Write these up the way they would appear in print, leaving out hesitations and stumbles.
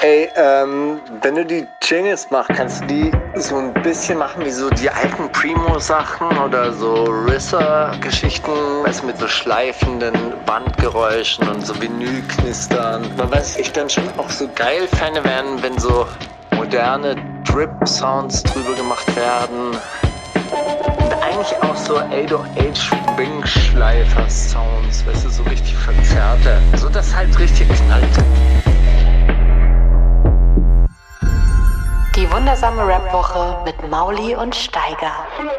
Ey, wenn du die Jingles machst, kannst du die so ein bisschen machen wie so die alten Primo-Sachen oder so Risser-Geschichten, weißt du, mit so schleifenden Bandgeräuschen und so Vinylknistern. Man weiß, ich dann schon auch so geil Fäne werden, wenn so moderne Drip-Sounds drüber gemacht werden. Und eigentlich auch so 808-Wing-Schleifer-Sounds, weißt du, so richtig verzerrte. So dass halt richtig knallt. Die wundersame Rap-Woche mit Mauli und Steiger.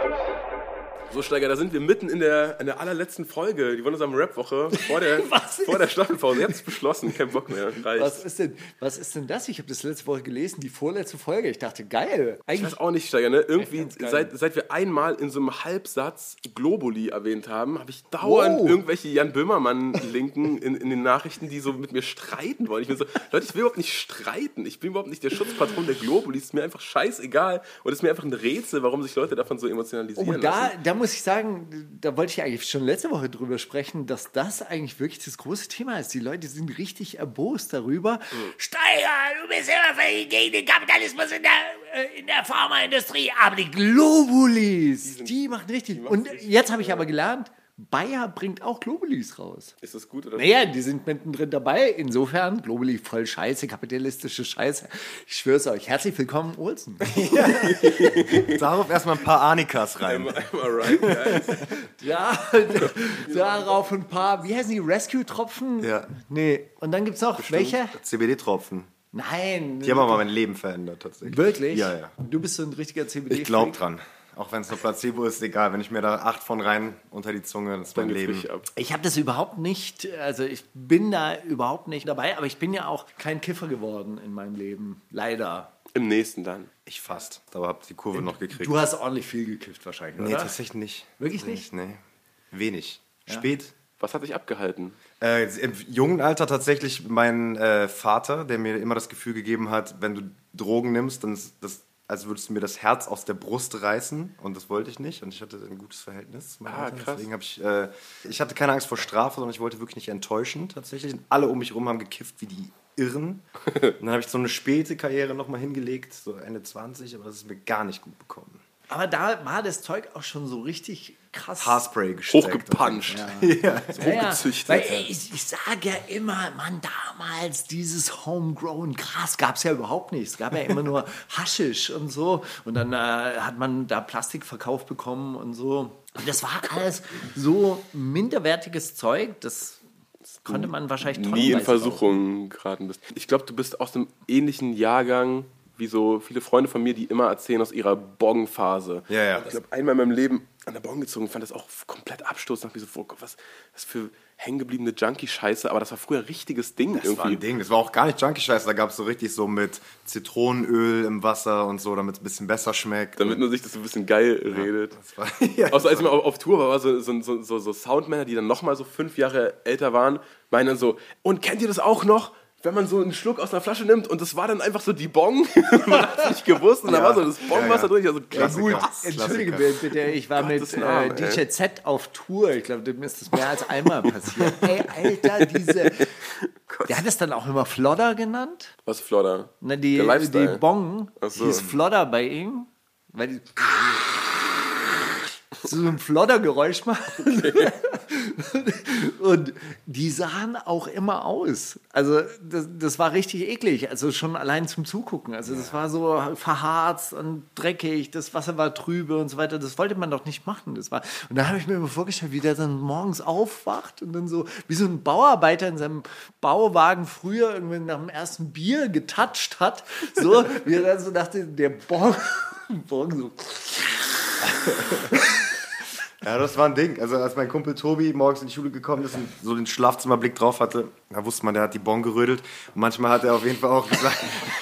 So, Steiger, da sind wir mitten in der allerletzten Folge, die wundersame Rap-Woche, vor der Staffelpause. Ihr habt es beschlossen, kein Bock mehr. Was ist denn das? Ich habe das letzte Woche gelesen, die vorletzte Folge. Ich dachte, geil. Ich weiß auch nicht, Steiger, ne? Irgendwie, seit wir einmal in so einem Halbsatz Globuli erwähnt haben, habe ich dauernd irgendwelche Jan Böhmermann-Linken in den Nachrichten, die so mit mir streiten wollen. Ich bin so, Leute, ich will überhaupt nicht streiten. Ich bin überhaupt nicht der Schutzpatron der Globuli. Es ist mir einfach scheißegal. Und es ist mir einfach ein Rätsel, warum sich Leute davon so emotionalisieren lassen. Da muss ich sagen, da wollte ich eigentlich schon letzte Woche drüber sprechen, dass das eigentlich wirklich das große Thema ist. Die Leute sind richtig erbost darüber. Steiger, du bist immer gegen den Kapitalismus in der Pharmaindustrie. Aber die Globulis, die machen richtig. Und jetzt habe ich aber gelernt, Bayer bringt auch Globulis raus. Ist das gut oder? Naja, die sind mittendrin dabei. Insofern, Globuli voll Scheiße, kapitalistische Scheiße. Ich schwör's euch. Herzlich willkommen, Olsen. Darauf erstmal ein paar Arnikas rein. Einmal rein, guys. Ja, darauf ein paar, wie heißen die, Rescue-Tropfen? Ja. Nee, und dann gibt's noch welche? CBD-Tropfen. Nein. Die haben aber mein Leben verändert, tatsächlich. Wirklich? Ja. Du bist so ein richtiger CBD-Freak. Ich glaube dran. Auch wenn es nur Placebo ist, egal. Wenn ich mir da 8 von rein unter die Zunge, das ist mein Leben. Ich habe das überhaupt nicht, also ich bin da überhaupt nicht dabei, aber ich bin ja auch kein Kiffer geworden in meinem Leben. Leider. Im nächsten dann. Ich fast. Aber habe die Kurve noch gekriegt. Du hast ordentlich viel gekifft wahrscheinlich, oder? Nee, tatsächlich nicht. Wirklich nicht? Nee. Wenig. Ja. Spät. Was hat dich abgehalten? Im jungen Alter tatsächlich mein Vater, der mir immer das Gefühl gegeben hat, wenn du Drogen nimmst, dann ist das, als würdest du mir das Herz aus der Brust reißen. Und das wollte ich nicht. Und ich hatte ein gutes Verhältnis zu meinen Eltern. Krass. Deswegen habe ich hatte keine Angst vor Strafe, sondern ich wollte wirklich nicht enttäuschen tatsächlich. Und alle um mich herum haben gekifft wie die Irren. Und dann habe ich so eine späte Karriere nochmal hingelegt, so Ende 20, aber das ist mir gar nicht gut bekommen. Aber da war das Zeug auch schon so richtig krass. Haarspray gesteckt. Hochgepuncht. Ja. So hochgezüchtet. Weil ich sage ja immer, Mann, damals dieses Homegrown Gras gab es ja überhaupt nicht. Es gab ja immer nur Haschisch und so. Und dann hat man da Plastik verkauft bekommen und so. Und das war alles so minderwertiges Zeug, das konnte man wahrscheinlich nie in tonnenweise Versuchung geraten bist. Ich glaube, du bist aus einem ähnlichen Jahrgang wie so viele Freunde von mir, die immer erzählen aus ihrer Bong-Phase. Ja. Ich glaube, einmal in meinem Leben an der Bong gezogen, fand das auch komplett abstoßend. Dachte mir so, oh Gott, was für hängengebliebene Junkie-Scheiße, aber das war früher ein richtiges Ding. Das war ein Ding, das war auch gar nicht Junkie-Scheiße, da gab es so richtig so mit Zitronenöl im Wasser und so, damit es ein bisschen besser schmeckt. Damit man sich das so ein bisschen geil redet. Das war, ja, Außer als ich mal auf Tour war, so Soundmänner, die dann nochmal so 5 Jahre älter waren, meinen dann so, und kennt ihr das auch noch? Wenn man so einen Schluck aus einer Flasche nimmt und das war dann einfach so die Bong, man hat es nicht gewusst und da war so das Bongwasser durch. Also Klassiker. Entschuldige bitte, ich war mit DJ Z auf Tour. Ich glaube, dem ist das mehr als einmal passiert. Ey, Alter, der hat es dann auch immer Flodder genannt. Was Flodder? Na, die Bong hieß Flodder bei ihm, weil die so ein Floddergeräusch machen. Okay. Und die sahen auch immer aus. Also das war richtig eklig. Also schon allein zum Zugucken. Also das war so verharzt und dreckig. Das Wasser war trübe und so weiter. Das wollte man doch nicht machen. Und dann habe ich mir immer vorgestellt, wie der dann morgens aufwacht und dann so wie so ein Bauarbeiter in seinem Bauwagen früher irgendwie nach dem ersten Bier getatscht hat. So, wie er dann so dachte, der Bong so... Ja, das war ein Ding. Also als mein Kumpel Tobi morgens in die Schule gekommen ist und so den Schlafzimmerblick drauf hatte, da wusste man, der hat die Bon gerödelt. Und manchmal hat er auf jeden Fall auch gesagt...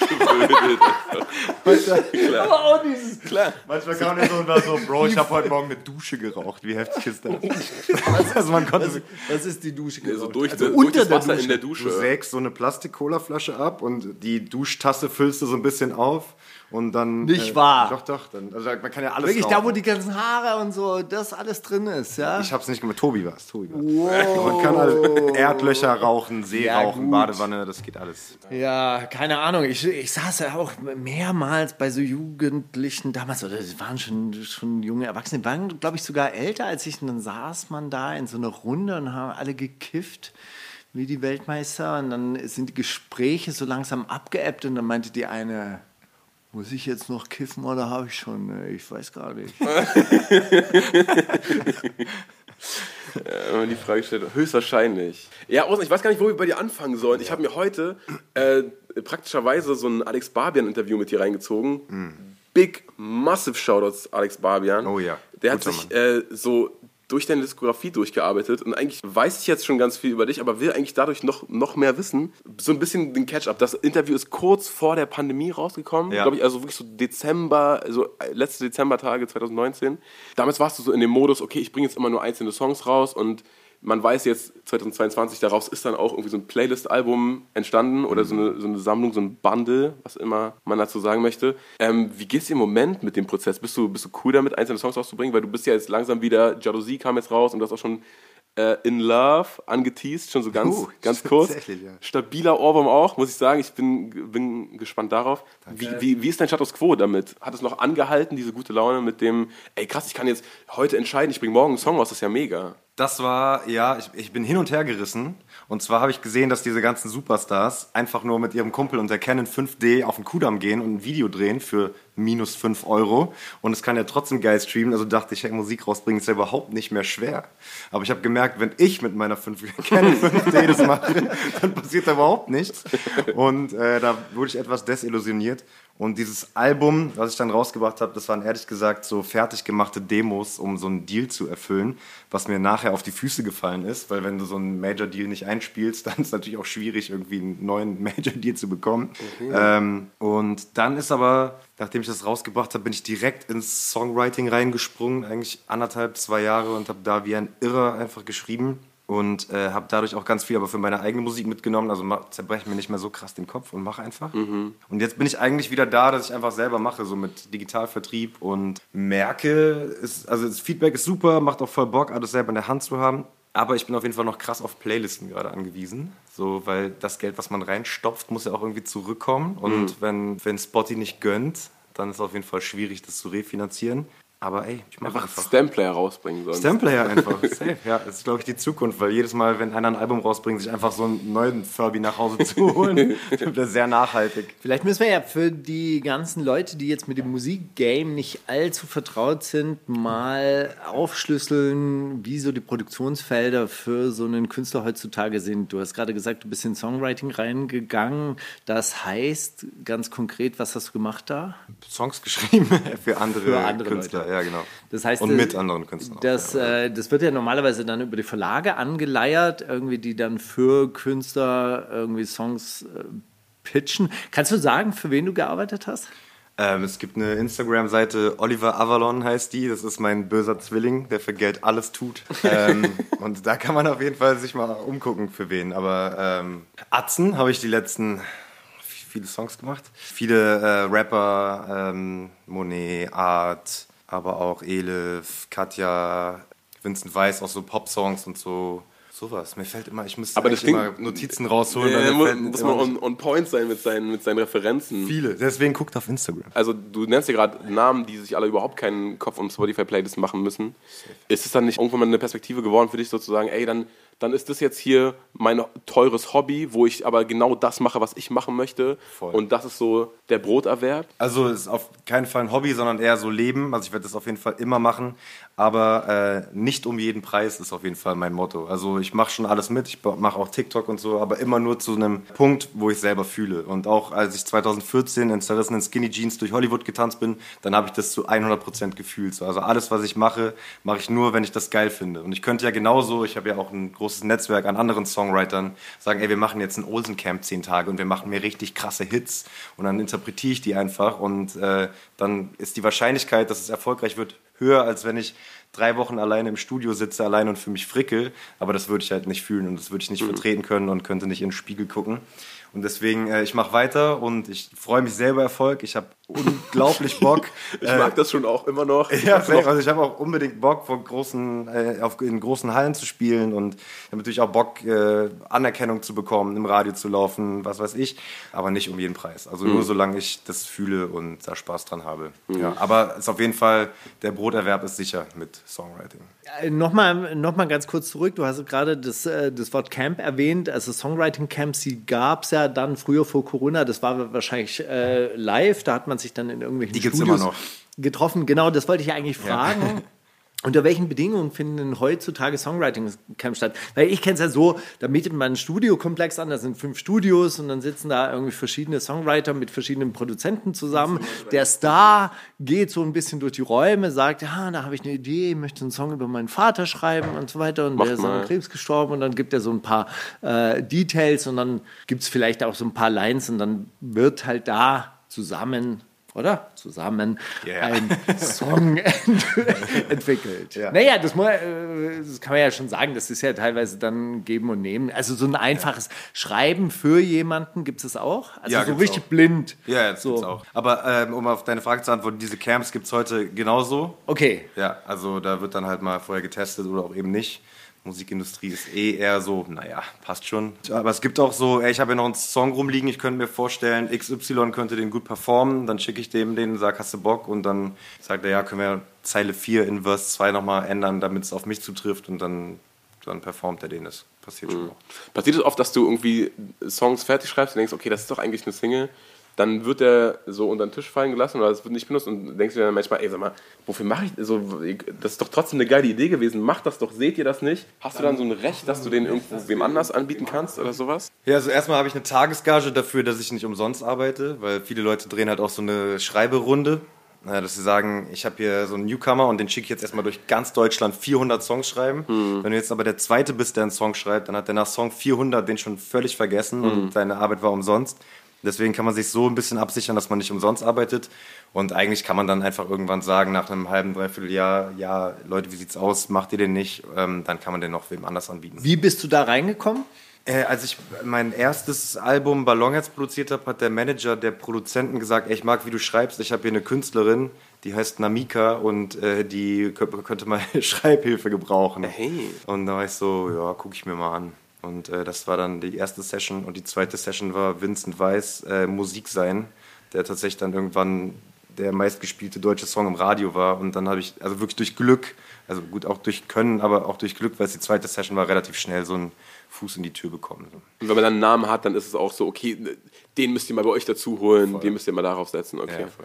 Klar. Aber auch dieses... Klar. Manchmal kam er so und war so, Bro, ich habe heute Morgen eine Dusche geraucht. Wie heftig ist das? Also man konnte... Was ist die Dusche geraucht? So durch unter das der Wasser Dusche. in der Du Dusche. sägst so eine Plastik-Cola-Flasche ab und die Duschtasse füllst du so ein bisschen auf Und dann, Nicht wahr? Doch. Also man kann ja alles Wirklich, rauchen. da wo die ganzen Haare und so, das alles drin ist, ja? Ich hab's nicht gemacht. Tobi war's. Wow. Man kann alle Erdlöcher rauchen, See Ja, rauchen, gut. Badewanne, das geht alles. Ja, keine Ahnung. Ich saß ja auch mehrmals bei so Jugendlichen damals, oder die waren schon junge Erwachsene, die waren, glaube ich, sogar älter als ich. Und dann saß man da in so einer Runde und haben alle gekifft wie die Weltmeister. Und dann sind die Gespräche so langsam abgeebbt und dann meinte die eine... Muss ich jetzt noch kiffen oder habe ich schon? Ich weiß gar nicht. Wenn man die Frage stellt, höchstwahrscheinlich. Ja, ich weiß gar nicht, wo wir bei dir anfangen sollen. Ich habe mir heute praktischerweise so ein Alex Barbian-Interview mit dir reingezogen. Big, massive Shoutouts, Alex Barbian. Oh ja, Der hat guter sich so durch deine Diskografie durchgearbeitet und eigentlich weiß ich jetzt schon ganz viel über dich, aber will eigentlich dadurch noch mehr wissen. So ein bisschen den Catch-up. Das Interview ist kurz vor der Pandemie rausgekommen, glaube ich, also wirklich so Dezember, also letzte Dezembertage 2019. Damals warst du so in dem Modus, okay, ich bringe jetzt immer nur einzelne Songs raus und man weiß jetzt, 2022, daraus ist dann auch irgendwie so ein Playlist-Album entstanden oder so eine Sammlung, so ein Bundle, was immer man dazu sagen möchte. Wie geht's dir im Moment mit dem Prozess? Bist du cool damit, einzelne Songs rauszubringen? Weil du bist ja jetzt langsam wieder, Jalousie kam jetzt raus und du hast auch schon In Love angeteased, schon so ganz kurz. Tatsächlich, ja. Stabiler Ohrwurm auch, muss ich sagen. Ich bin gespannt darauf. Wie ist dein Status Quo damit? Hat es noch angehalten, diese gute Laune mit dem, ey krass, ich kann jetzt heute entscheiden, ich bringe morgen einen Song raus, das ist ja mega. Das war, ja, ich bin hin und her gerissen. Und zwar habe ich gesehen, dass diese ganzen Superstars einfach nur mit ihrem Kumpel und der Canon 5D auf den Kudamm gehen und ein Video drehen für minus 5 Euro. Und es kann ja trotzdem geil streamen. Also dachte ich, hey, Musik rausbringen ist ja überhaupt nicht mehr schwer. Aber ich habe gemerkt, wenn ich mit meiner Canon 5D das mache, dann passiert da überhaupt nichts. Und da wurde ich etwas desillusioniert. Und dieses Album, was ich dann rausgebracht habe, das waren ehrlich gesagt so fertig gemachte Demos, um so einen Deal zu erfüllen, was mir nachher auf die Füße gefallen ist, weil wenn du so einen Major-Deal nicht einspielst, dann ist es natürlich auch schwierig, irgendwie einen neuen Major-Deal zu bekommen. Okay. Und dann ist aber, nachdem ich das rausgebracht habe, bin ich direkt ins Songwriting reingesprungen, eigentlich 1,5, 2 Jahre und habe da wie ein Irrer einfach geschrieben. Und habe dadurch auch ganz viel aber für meine eigene Musik mitgenommen. Also zerbreche mir nicht mehr so krass den Kopf und mache einfach. Und jetzt bin ich eigentlich wieder da, dass ich einfach selber mache, so mit Digitalvertrieb. Und merke, das Feedback ist super, macht auch voll Bock, alles selber in der Hand zu haben. Aber ich bin auf jeden Fall noch krass auf Playlisten gerade angewiesen. So, weil das Geld, was man reinstopft, muss ja auch irgendwie zurückkommen. Und wenn Spotify nicht gönnt, dann ist es auf jeden Fall schwierig, das zu refinanzieren. Aber ey, ich mache einfach. Stamplayer rausbringen sonst. Stamplayer einfach, safe. Ja, das ist, glaube ich, die Zukunft, weil jedes Mal, wenn einer ein Album rausbringt, sich einfach so einen neuen Furby nach Hause zu holen, das ist sehr nachhaltig. Vielleicht müssen wir ja für die ganzen Leute, die jetzt mit dem Musikgame nicht allzu vertraut sind, mal aufschlüsseln, wie so die Produktionsfelder für so einen Künstler heutzutage sind. Du hast gerade gesagt, du bist in Songwriting reingegangen. Das heißt, ganz konkret, was hast du gemacht da? Songs geschrieben für andere Künstler. Leute. Ja, genau. Das heißt, und mit anderen Künstlern. Das wird ja normalerweise dann über die Verlage angeleiert, irgendwie, die dann für Künstler irgendwie Songs pitchen. Kannst du sagen, für wen du gearbeitet hast? Es gibt eine Instagram-Seite, Oliver Avalon heißt die. Das ist mein böser Zwilling, der für Geld alles tut. Und da kann man auf jeden Fall sich mal umgucken, für wen. Aber Atzen habe ich die letzten viele Songs gemacht. Viele Rapper, Monet, Art, aber auch Elif, Katja, Vincent Weiss, auch so Pop-Songs und so. Sowas. Mir fällt immer, ich müsste immer Notizen rausholen. Muss man on point sein mit seinen Referenzen. Viele. Deswegen guckt auf Instagram. Also du nennst ja gerade Namen, die sich alle überhaupt keinen Kopf um Spotify-Playlists machen müssen. Ist es dann nicht irgendwann mal eine Perspektive geworden für dich, sozusagen, ey, dann ist das jetzt hier mein teures Hobby, wo ich aber genau das mache, was ich machen möchte. Voll. Und das ist so der Broterwerb? Also es ist auf keinen Fall ein Hobby, sondern eher so Leben. Also ich werde das auf jeden Fall immer machen, aber nicht um jeden Preis ist auf jeden Fall mein Motto. Also ich mache schon alles mit, ich mache auch TikTok und so, aber immer nur zu einem Punkt, wo ich selber fühle. Und auch als ich 2014 in zerrissenen Skinny Jeans durch Hollywood getanzt bin, dann habe ich das zu 100% gefühlt. Also alles, was ich mache, mache ich nur, wenn ich das geil finde. Und ich könnte ja genauso, ich habe ja auch ein großes Netzwerk an anderen Songwritern, sagen, ey, wir machen jetzt ein Olsen Camp 10 Tage und wir machen mir richtig krasse Hits und dann interpretiere ich die einfach und dann ist die Wahrscheinlichkeit, dass es erfolgreich wird, höher, als wenn ich 3 Wochen alleine im Studio sitze, allein und für mich frickel, aber das würde ich halt nicht fühlen und das würde ich nicht vertreten können und könnte nicht in den Spiegel gucken. Und deswegen, ich mache weiter und ich freue mich sehr über Erfolg. Ich habe unglaublich Bock. Ich mag das schon auch immer noch. Ja, also ich habe auch unbedingt Bock, in großen Hallen zu spielen und habe natürlich auch Bock, Anerkennung zu bekommen, im Radio zu laufen, was weiß ich, aber nicht um jeden Preis. Also nur solange ich das fühle und da Spaß dran habe. Ja, aber es ist auf jeden Fall, der Broterwerb ist sicher mit Songwriting. Nochmal ganz kurz zurück. Du hast gerade das Wort Camp erwähnt. Also Songwriting-Camps, die gab es ja dann früher vor Corona. Das war wahrscheinlich live. Da hat man sich dann in irgendwelchen Die gibt's Studios immer noch. getroffen. Genau, das wollte ich eigentlich fragen. Ja. Unter welchen Bedingungen finden denn heutzutage Songwriting-Camps statt? Weil ich kenne es ja so, da mietet man einen Studiokomplex an, da sind 5 Studios und dann sitzen da irgendwie verschiedene Songwriter mit verschiedenen Produzenten zusammen. Der Star geht so ein bisschen durch die Räume, sagt, ja, da habe ich eine Idee, ich möchte einen Song über meinen Vater schreiben und so weiter und der ist an Krebs gestorben und dann gibt er so ein paar Details und dann gibt es vielleicht auch so ein paar Lines und dann wird halt da zusammen ein Song entwickelt. Ja. Naja, das kann man ja schon sagen, das ist ja teilweise dann Geben und Nehmen. Also so ein einfaches Schreiben für jemanden gibt es auch? Also ja, so richtig auch. Blind. Ja, das gibt's auch. Aber um auf deine Frage zu antworten, diese Camps gibt es heute genauso. Okay. Ja, also da wird dann halt mal vorher getestet oder auch eben nicht. Musikindustrie ist eher so, naja, passt schon. Aber es gibt auch so, ich habe ja noch einen Song rumliegen, ich könnte mir vorstellen, XY könnte den gut performen, dann schicke ich dem den und sage, hast du Bock? Und dann sagt er, ja, können wir Zeile 4 in Verse 2 nochmal ändern, damit es auf mich zutrifft und dann performt er den. Das passiert schon auch. Passiert es oft, dass du irgendwie Songs fertig schreibst und denkst, okay, das ist doch eigentlich eine Single, dann wird der so unter den Tisch fallen gelassen oder es wird nicht benutzt und denkst du dir dann manchmal, ey, sag mal, wofür mache ich so? Das ist doch trotzdem eine geile Idee gewesen, mach das doch, seht ihr das nicht? Hast du dann so ein Recht, dass du den irgendwo wem anders anbieten kannst oder sowas? Ja, also erstmal habe ich eine Tagesgage dafür, dass ich nicht umsonst arbeite, weil viele Leute drehen halt auch so eine Schreiberunde, dass sie sagen, ich habe hier so einen Newcomer und den schicke ich jetzt erstmal durch ganz Deutschland 400 Songs schreiben. Wenn du jetzt aber der Zweite bist, der einen Song schreibt, dann hat der nach Song 400 den schon völlig vergessen und deine Arbeit war umsonst. Deswegen kann man sich so ein bisschen absichern, dass man nicht umsonst arbeitet. Und eigentlich kann man dann einfach irgendwann sagen, nach einem halben, dreiviertel Jahr, ja, Leute, wie sieht's aus, macht ihr den nicht? Dann kann man den noch wem anders anbieten. Wie bist du da reingekommen? Als ich mein erstes Album Ballonherz produziert habe, hat der Manager der Produzenten gesagt, ich mag, wie du schreibst, ich habe hier eine Künstlerin, die heißt Namika und die könnte mal Schreibhilfe gebrauchen. Hey. Und da war ich so, ja, gucke ich mir mal an. Und das war dann die erste Session und die zweite Session war Vincent Weiss, Musik sein, der tatsächlich dann irgendwann der meistgespielte deutsche Song im Radio war. Und dann habe ich, also wirklich durch Glück, also gut auch durch Können, aber auch durch Glück, weil es die zweite Session war, relativ schnell so einen Fuß in die Tür bekommen. Und wenn man dann einen Namen hat, dann ist es auch so, okay, den müsst ihr mal bei euch dazu holen, den müsst ihr mal darauf setzen. Okay. Ja,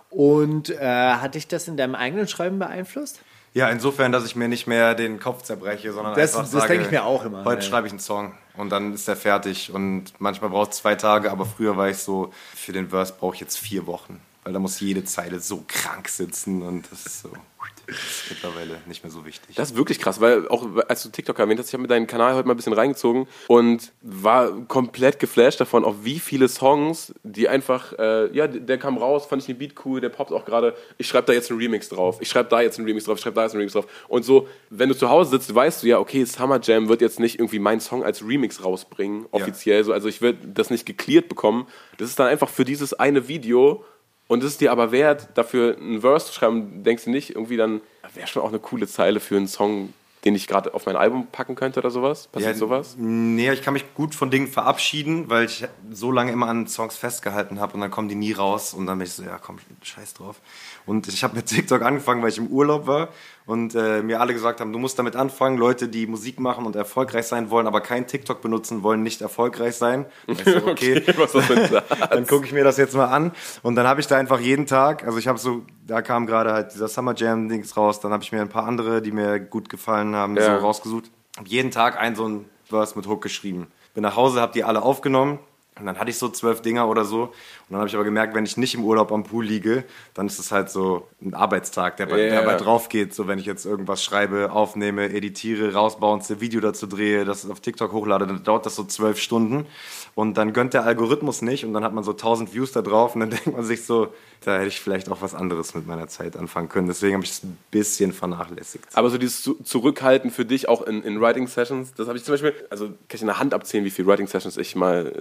und hat dich das in deinem eigenen Schreiben beeinflusst? Ja, insofern, dass ich mir nicht mehr den Kopf zerbreche, sondern einfach sage, das denke ich mir auch immer. Heute schreibe ich einen Song und dann ist der fertig und manchmal braucht es 2 Tage, aber früher war ich so, für den Verse brauche ich jetzt 4 Wochen, weil da muss jede Zeile so krank sitzen und das ist so, das ist mittlerweile nicht mehr so wichtig. Das ist wirklich krass, weil auch als du TikTok erwähnt hast, ich habe mir deinen Kanal heute mal ein bisschen reingezogen und war komplett geflasht davon, auf wie viele Songs, die einfach, der kam raus, fand ich den Beat cool, der poppt auch gerade, ich schreibe da jetzt einen Remix drauf, ich schreibe da jetzt einen Remix drauf, ich schreibe da jetzt einen Remix drauf und so, wenn du zu Hause sitzt, weißt du ja, okay, Summer Jam wird jetzt nicht irgendwie meinen Song als Remix rausbringen, offiziell, so, also ich werde das nicht geklärt bekommen, das ist dann einfach für dieses eine Video. Und es ist dir aber wert, dafür einen Verse zu schreiben, denkst du nicht, irgendwie dann wäre schon auch eine coole Zeile für einen Song, den ich gerade auf mein Album packen könnte oder sowas? Passiert sowas? Nee, ich kann mich gut von Dingen verabschieden, weil ich so lange immer an Songs festgehalten habe und dann kommen die nie raus und dann bin ich so, ja komm, scheiß drauf. Und ich habe mit TikTok angefangen, weil ich im Urlaub war und mir alle gesagt haben, du musst damit anfangen, Leute, die Musik machen und erfolgreich sein wollen, aber kein TikTok benutzen, wollen nicht erfolgreich sein. Und ich so, okay, was das denn dann gucke ich mir das jetzt mal an und dann habe ich da einfach jeden Tag, also ich habe so, da kam gerade halt dieser Summer Jam Dings raus, dann habe ich mir ein paar andere, die mir gut gefallen haben, so rausgesucht. Habe jeden Tag so ein Verse mit Hook geschrieben. Bin nach Hause, habe die alle aufgenommen. Und dann hatte ich so 12 Dinger oder so. Und dann habe ich aber gemerkt, wenn ich nicht im Urlaub am Pool liege, dann ist es halt so ein Arbeitstag, der bei drauf geht. So, wenn ich jetzt irgendwas schreibe, aufnehme, editiere, rausbounce, Video dazu drehe, das auf TikTok hochlade, dann dauert das so 12 Stunden. Und dann gönnt der Algorithmus nicht. Und dann hat man so 1000 Views da drauf. Und dann denkt man sich so, da hätte ich vielleicht auch was anderes mit meiner Zeit anfangen können. Deswegen habe ich es ein bisschen vernachlässigt. Aber so dieses Zurückhalten für dich auch in Writing-Sessions, das habe ich zum Beispiel, also kann ich in der Hand abzählen, wie viele Writing-Sessions ich mal so,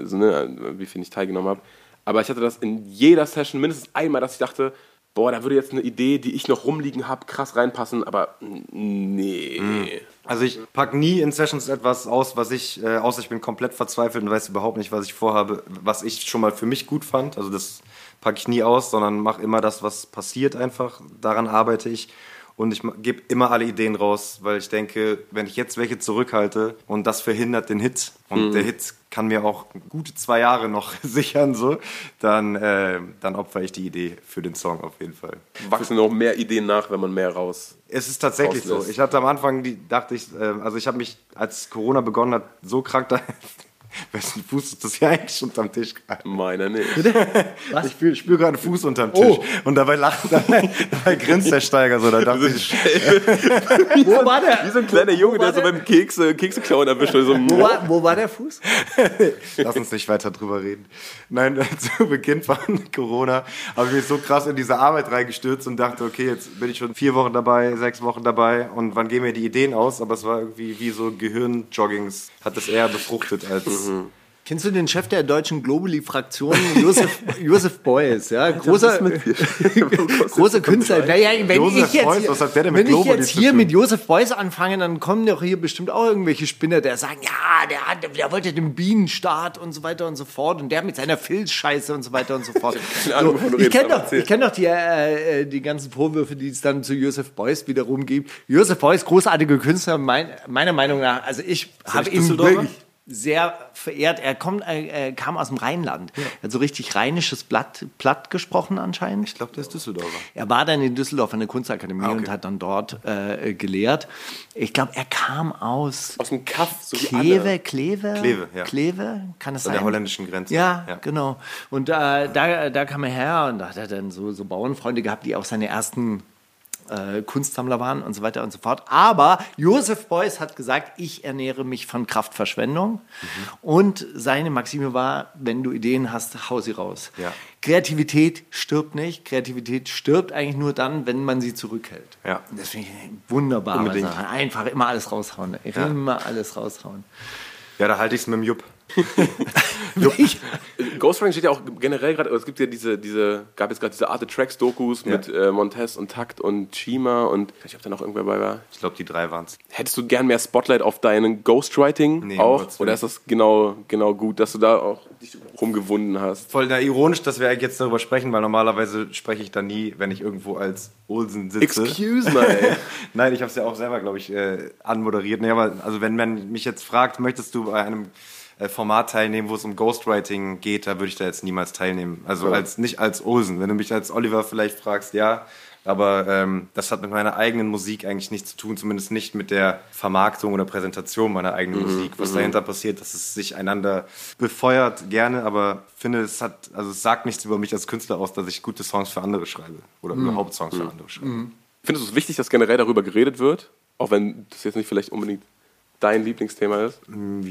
wie viel ich teilgenommen habe. Aber ich hatte das in jeder Session mindestens einmal, dass ich dachte, boah, da würde jetzt eine Idee, die ich noch rumliegen habe, krass reinpassen, aber nee. Also ich packe nie in Sessions etwas aus, was ich, außer ich bin komplett verzweifelt und weiß überhaupt nicht, was ich vorhabe, was ich schon mal für mich gut fand. Also das packe ich nie aus, sondern mache immer das, was passiert einfach. Daran arbeite ich. Und ich gebe immer alle Ideen raus, weil ich denke, wenn ich jetzt welche zurückhalte und das verhindert den Hit und der Hit kann mir auch gute 2 Jahre noch sichern, so, dann opfere ich die Idee für den Song auf jeden Fall. Wachsen noch mehr Ideen nach, wenn man mehr raus. Es ist tatsächlich so. Ich hatte am Anfang, dachte ich, also ich habe mich, als Corona begonnen hat, so krank da... Wessen Fuß ist das hier eigentlich unterm Tisch? Meiner nicht. Was? Ich spüre gerade einen Fuß unterm Tisch. Und dabei grinst der Steiger so. Da dachte ich, Wo war der? Wie so ein kleiner Junge, der so beim Kekse-Klauen erwischt. So, wo war der Fuß? Lass uns nicht weiter drüber reden. Nein, zu Beginn von Corona habe ich mich so krass in diese Arbeit reingestürzt und dachte, okay, jetzt bin ich schon 4 Wochen dabei, 6 Wochen dabei und wann gehen mir die Ideen aus? Aber es war irgendwie wie so Gehirnjoggings, hat es eher befruchtet als... Kennst du den Chef der deutschen Globally-Fraktion, Josef Beuys? Ja? Großer Künstler. Naja, was hat der denn mit wenn ich Globally jetzt zu hier tun? mit Josef Beuys anfange, dann kommen doch hier bestimmt auch irgendwelche Spinner, der sagen, ja, der wollte den Bienenstaat und so weiter und so fort und der mit seiner Filzscheiße und so weiter und so fort. Ich kenn doch die ganzen Vorwürfe, die es dann zu Josef Beuys wiederum gibt. Josef Beuys, großartiger Künstler, meiner Meinung nach, also ich habe ihn wirklich sehr verehrt. Er kam aus dem Rheinland. Ja. Er hat so richtig rheinisches Platt gesprochen anscheinend. Ich glaube, der ist Düsseldorfer. Er war dann in Düsseldorf an der Kunstakademie und hat dann dort gelehrt. Ich glaube, er kam aus dem Kaff, so Kleve, ja. Kleve, kann es sein? An der holländischen Grenze. Ja, genau. Und da kam er her und da hat er dann so Bauernfreunde gehabt, die auch seine ersten Kunstsammler waren und so weiter und so fort. Aber Josef Beuys hat gesagt, ich ernähre mich von Kraftverschwendung. Und seine Maxime war, wenn du Ideen hast, hau sie raus. Ja. Kreativität stirbt nicht. Kreativität stirbt eigentlich nur dann, wenn man sie zurückhält. Ja. Das finde ich wunderbar. Einfach immer alles raushauen. Immer alles raushauen. Ja, da halte ich es mit dem Jupp. Ghostwriting steht ja auch generell gerade, es gibt ja gab jetzt gerade diese Art Tracks Dokus mit Montez und Takt und Chima und ich weiß nicht, ob da noch irgendwer bei war. Ich glaube, die 3 waren es. Hättest du gern mehr Spotlight auf deinen Ghostwriting auch? Oder ist das genau gut, dass du da auch dich rumgewunden hast? Voll ironisch, dass wir jetzt darüber sprechen, weil normalerweise spreche ich da nie, wenn ich irgendwo als Olsen sitze. Excuse me. Nein, ich habe es ja auch selber, glaube ich, anmoderiert. Nee, aber also wenn man mich jetzt fragt, möchtest du bei einem Format teilnehmen, wo es um Ghostwriting geht, da würde ich da jetzt niemals teilnehmen. Also nicht als Olsen. Wenn du mich als Oliver vielleicht fragst, ja, aber das hat mit meiner eigenen Musik eigentlich nichts zu tun, zumindest nicht mit der Vermarktung oder Präsentation meiner eigenen Musik. Was dahinter passiert, dass es sich einander befeuert, gerne, aber finde, es sagt nichts über mich als Künstler aus, dass ich gute Songs für andere schreibe oder überhaupt Songs für andere schreibe. Findest du es wichtig, dass generell darüber geredet wird? Auch wenn das jetzt nicht vielleicht unbedingt dein Lieblingsthema ist?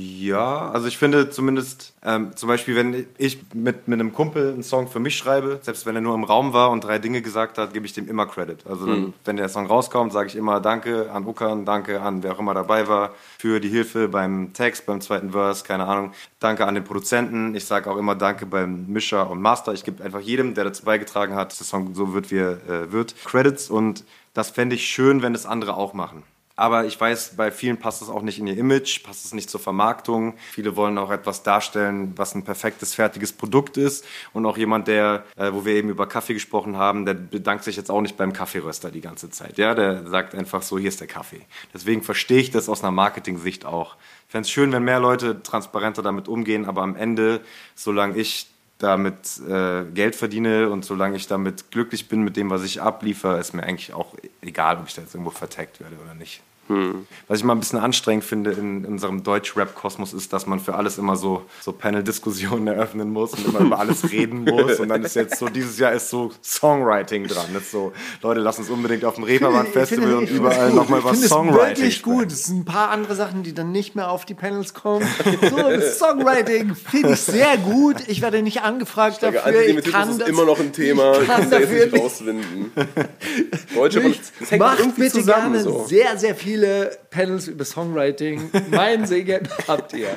Ja, also ich finde zumindest, zum Beispiel, wenn ich mit einem Kumpel einen Song für mich schreibe, selbst wenn er nur im Raum war und 3 Dinge gesagt hat, gebe ich dem immer Credit. Also dann, wenn der Song rauskommt, sage ich immer Danke an Ukan, danke an wer auch immer dabei war für die Hilfe beim Text, beim zweiten Verse, keine Ahnung. Danke an den Produzenten. Ich sage auch immer Danke beim Mischer und Master. Ich gebe einfach jedem, der dazu beigetragen hat, dass der Song so wird, wie er wird, Credits. Und das fände ich schön, wenn es andere auch machen. Aber ich weiß, bei vielen passt es auch nicht in ihr Image, passt es nicht zur Vermarktung. Viele wollen auch etwas darstellen, was ein perfektes, fertiges Produkt ist. Und auch jemand, wo wir eben über Kaffee gesprochen haben, der bedankt sich jetzt auch nicht beim Kaffeeröster die ganze Zeit. Ja, der sagt einfach so, hier ist der Kaffee. Deswegen verstehe ich das aus einer Marketing-Sicht auch. Ich fände es schön, wenn mehr Leute transparenter damit umgehen, aber am Ende, solange ich damit Geld verdiene und solange ich damit glücklich bin mit dem, was ich abliefere, ist mir eigentlich auch egal, ob ich da jetzt irgendwo vertaggt werde oder nicht. Was ich mal ein bisschen anstrengend finde in unserem Deutsch-Rap-Kosmos ist, dass man für alles immer so Panel-Diskussionen eröffnen muss und immer über alles reden muss und dann ist jetzt so, dieses Jahr ist so Songwriting dran. Das ist so, Leute, lasst uns unbedingt auf dem Reeperbahn-Festival und überall nochmal was Songwriting wirklich sprechen. Gut, es sind ein paar andere Sachen, die dann nicht mehr auf die Panels kommen. So, das Songwriting finde ich sehr gut. Ich werde nicht angefragt dafür. Ich kann das immer noch ein Thema. Ich kann das jetzt nicht rauswinden. Deutsche macht bitte gerne so. Sehr, sehr viel viele Panels über Songwriting, mein Segen habt ihr.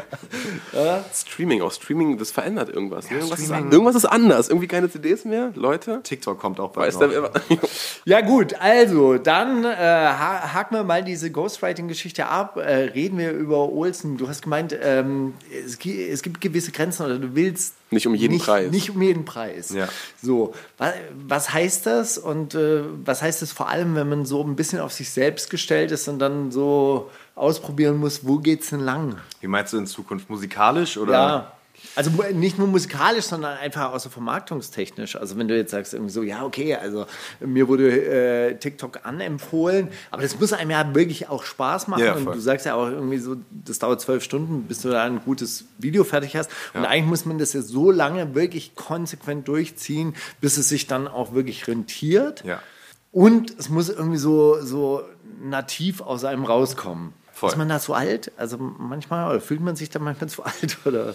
Ja? Streaming, das verändert irgendwas. Ne? Irgendwas ist anders. Irgendwie keine CDs mehr, Leute. TikTok kommt auch bald noch. Ja gut, also dann haken wir mal diese Ghostwriting-Geschichte ab. Reden wir über Olsen. Du hast gemeint, es gibt gewisse Grenzen oder du willst nicht um jeden Preis. Nicht um jeden Preis. Ja. So, was heißt das und was heißt das vor allem, wenn man so ein bisschen auf sich selbst gestellt ist und dann so ausprobieren muss, wo geht's denn lang? Wie meinst du in Zukunft? Musikalisch oder? Ja. Also nicht nur musikalisch, sondern einfach auch so vermarktungstechnisch. Also wenn du jetzt sagst irgendwie so, ja okay, also mir wurde TikTok anempfohlen, aber das muss einem ja wirklich auch Spaß machen. Ja, und voll. du sagst ja auch irgendwie so, das dauert 12 Stunden, bis du da ein gutes Video fertig hast. Und eigentlich muss man das ja so lange wirklich konsequent durchziehen, bis es sich dann auch wirklich rentiert. Ja. Und es muss irgendwie so nativ aus einem rauskommen. Voll. Ist man da zu alt? Also manchmal, oder fühlt man sich da manchmal zu alt? Oder?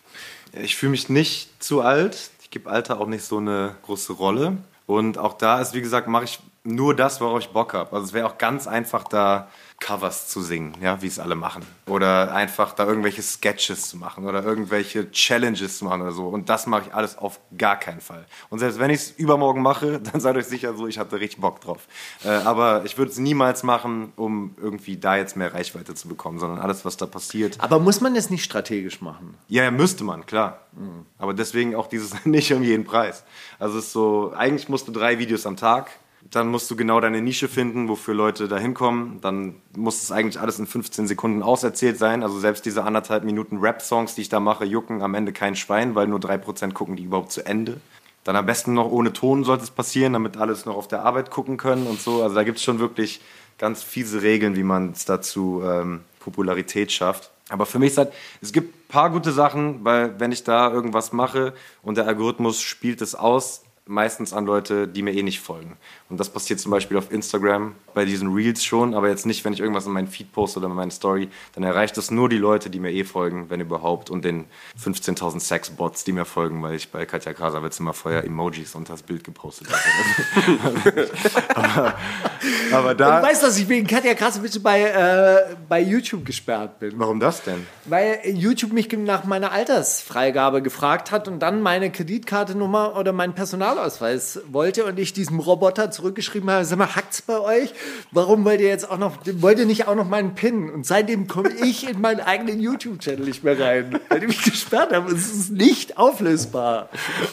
Ich fühle mich nicht zu alt. Ich gebe Alter auch nicht so eine große Rolle. Und auch da ist, wie gesagt, mache ich nur das, worauf ich Bock habe. Also es wäre auch ganz einfach, da Covers zu singen, ja, wie es alle machen. Oder einfach da irgendwelche Sketches zu machen oder irgendwelche Challenges zu machen oder so. Und das mache ich alles auf gar keinen Fall. Und selbst wenn ich es übermorgen mache, dann seid euch sicher so, ich hatte richtig Bock drauf. Aber ich würde es niemals machen, um irgendwie da jetzt mehr Reichweite zu bekommen, sondern alles, was da passiert. Aber muss man das nicht strategisch machen? Ja, müsste man, klar. Aber deswegen auch dieses nicht um jeden Preis. Also es ist so, eigentlich musst du 3 Videos am Tag. Dann musst du genau deine Nische finden, wofür Leute da hinkommen. Dann muss es eigentlich alles in 15 Sekunden auserzählt sein. Also selbst diese 1,5 Minuten Rap-Songs, die ich da mache, jucken am Ende kein Schwein, weil nur 3% gucken die überhaupt zu Ende. Dann am besten noch ohne Ton sollte es passieren, damit alles noch auf der Arbeit gucken können und so. Also da gibt es schon wirklich ganz fiese Regeln, wie man es dazu Popularität schafft. Aber für mich ist halt, es gibt ein paar gute Sachen, weil wenn ich da irgendwas mache und der Algorithmus spielt es aus, meistens an Leute, die mir eh nicht folgen. Und das passiert zum Beispiel auf Instagram bei diesen Reels schon, aber jetzt nicht, wenn ich irgendwas in meinen Feed poste oder in meine Story, dann erreicht das nur die Leute, die mir eh folgen, wenn überhaupt, und den 15.000 Sex-Bots, die mir folgen, weil ich bei Katja Krasavitz immer vorher Emojis unter das Bild gepostet habe. aber da... Und du weißt, dass ich wegen Katja Krasavitz bei YouTube gesperrt bin. Warum das denn? Weil YouTube mich nach meiner Altersfreigabe gefragt hat und dann meine Kreditkartennummer oder meinen Personalausweis wollte und ich diesem Roboter zurückgeschrieben habe, sag mal, hackt's bei euch? Warum wollt ihr nicht auch noch meinen PIN? Und seitdem komme ich in meinen eigenen YouTube-Channel nicht mehr rein, weil die mich gesperrt haben. Es ist nicht auflösbar.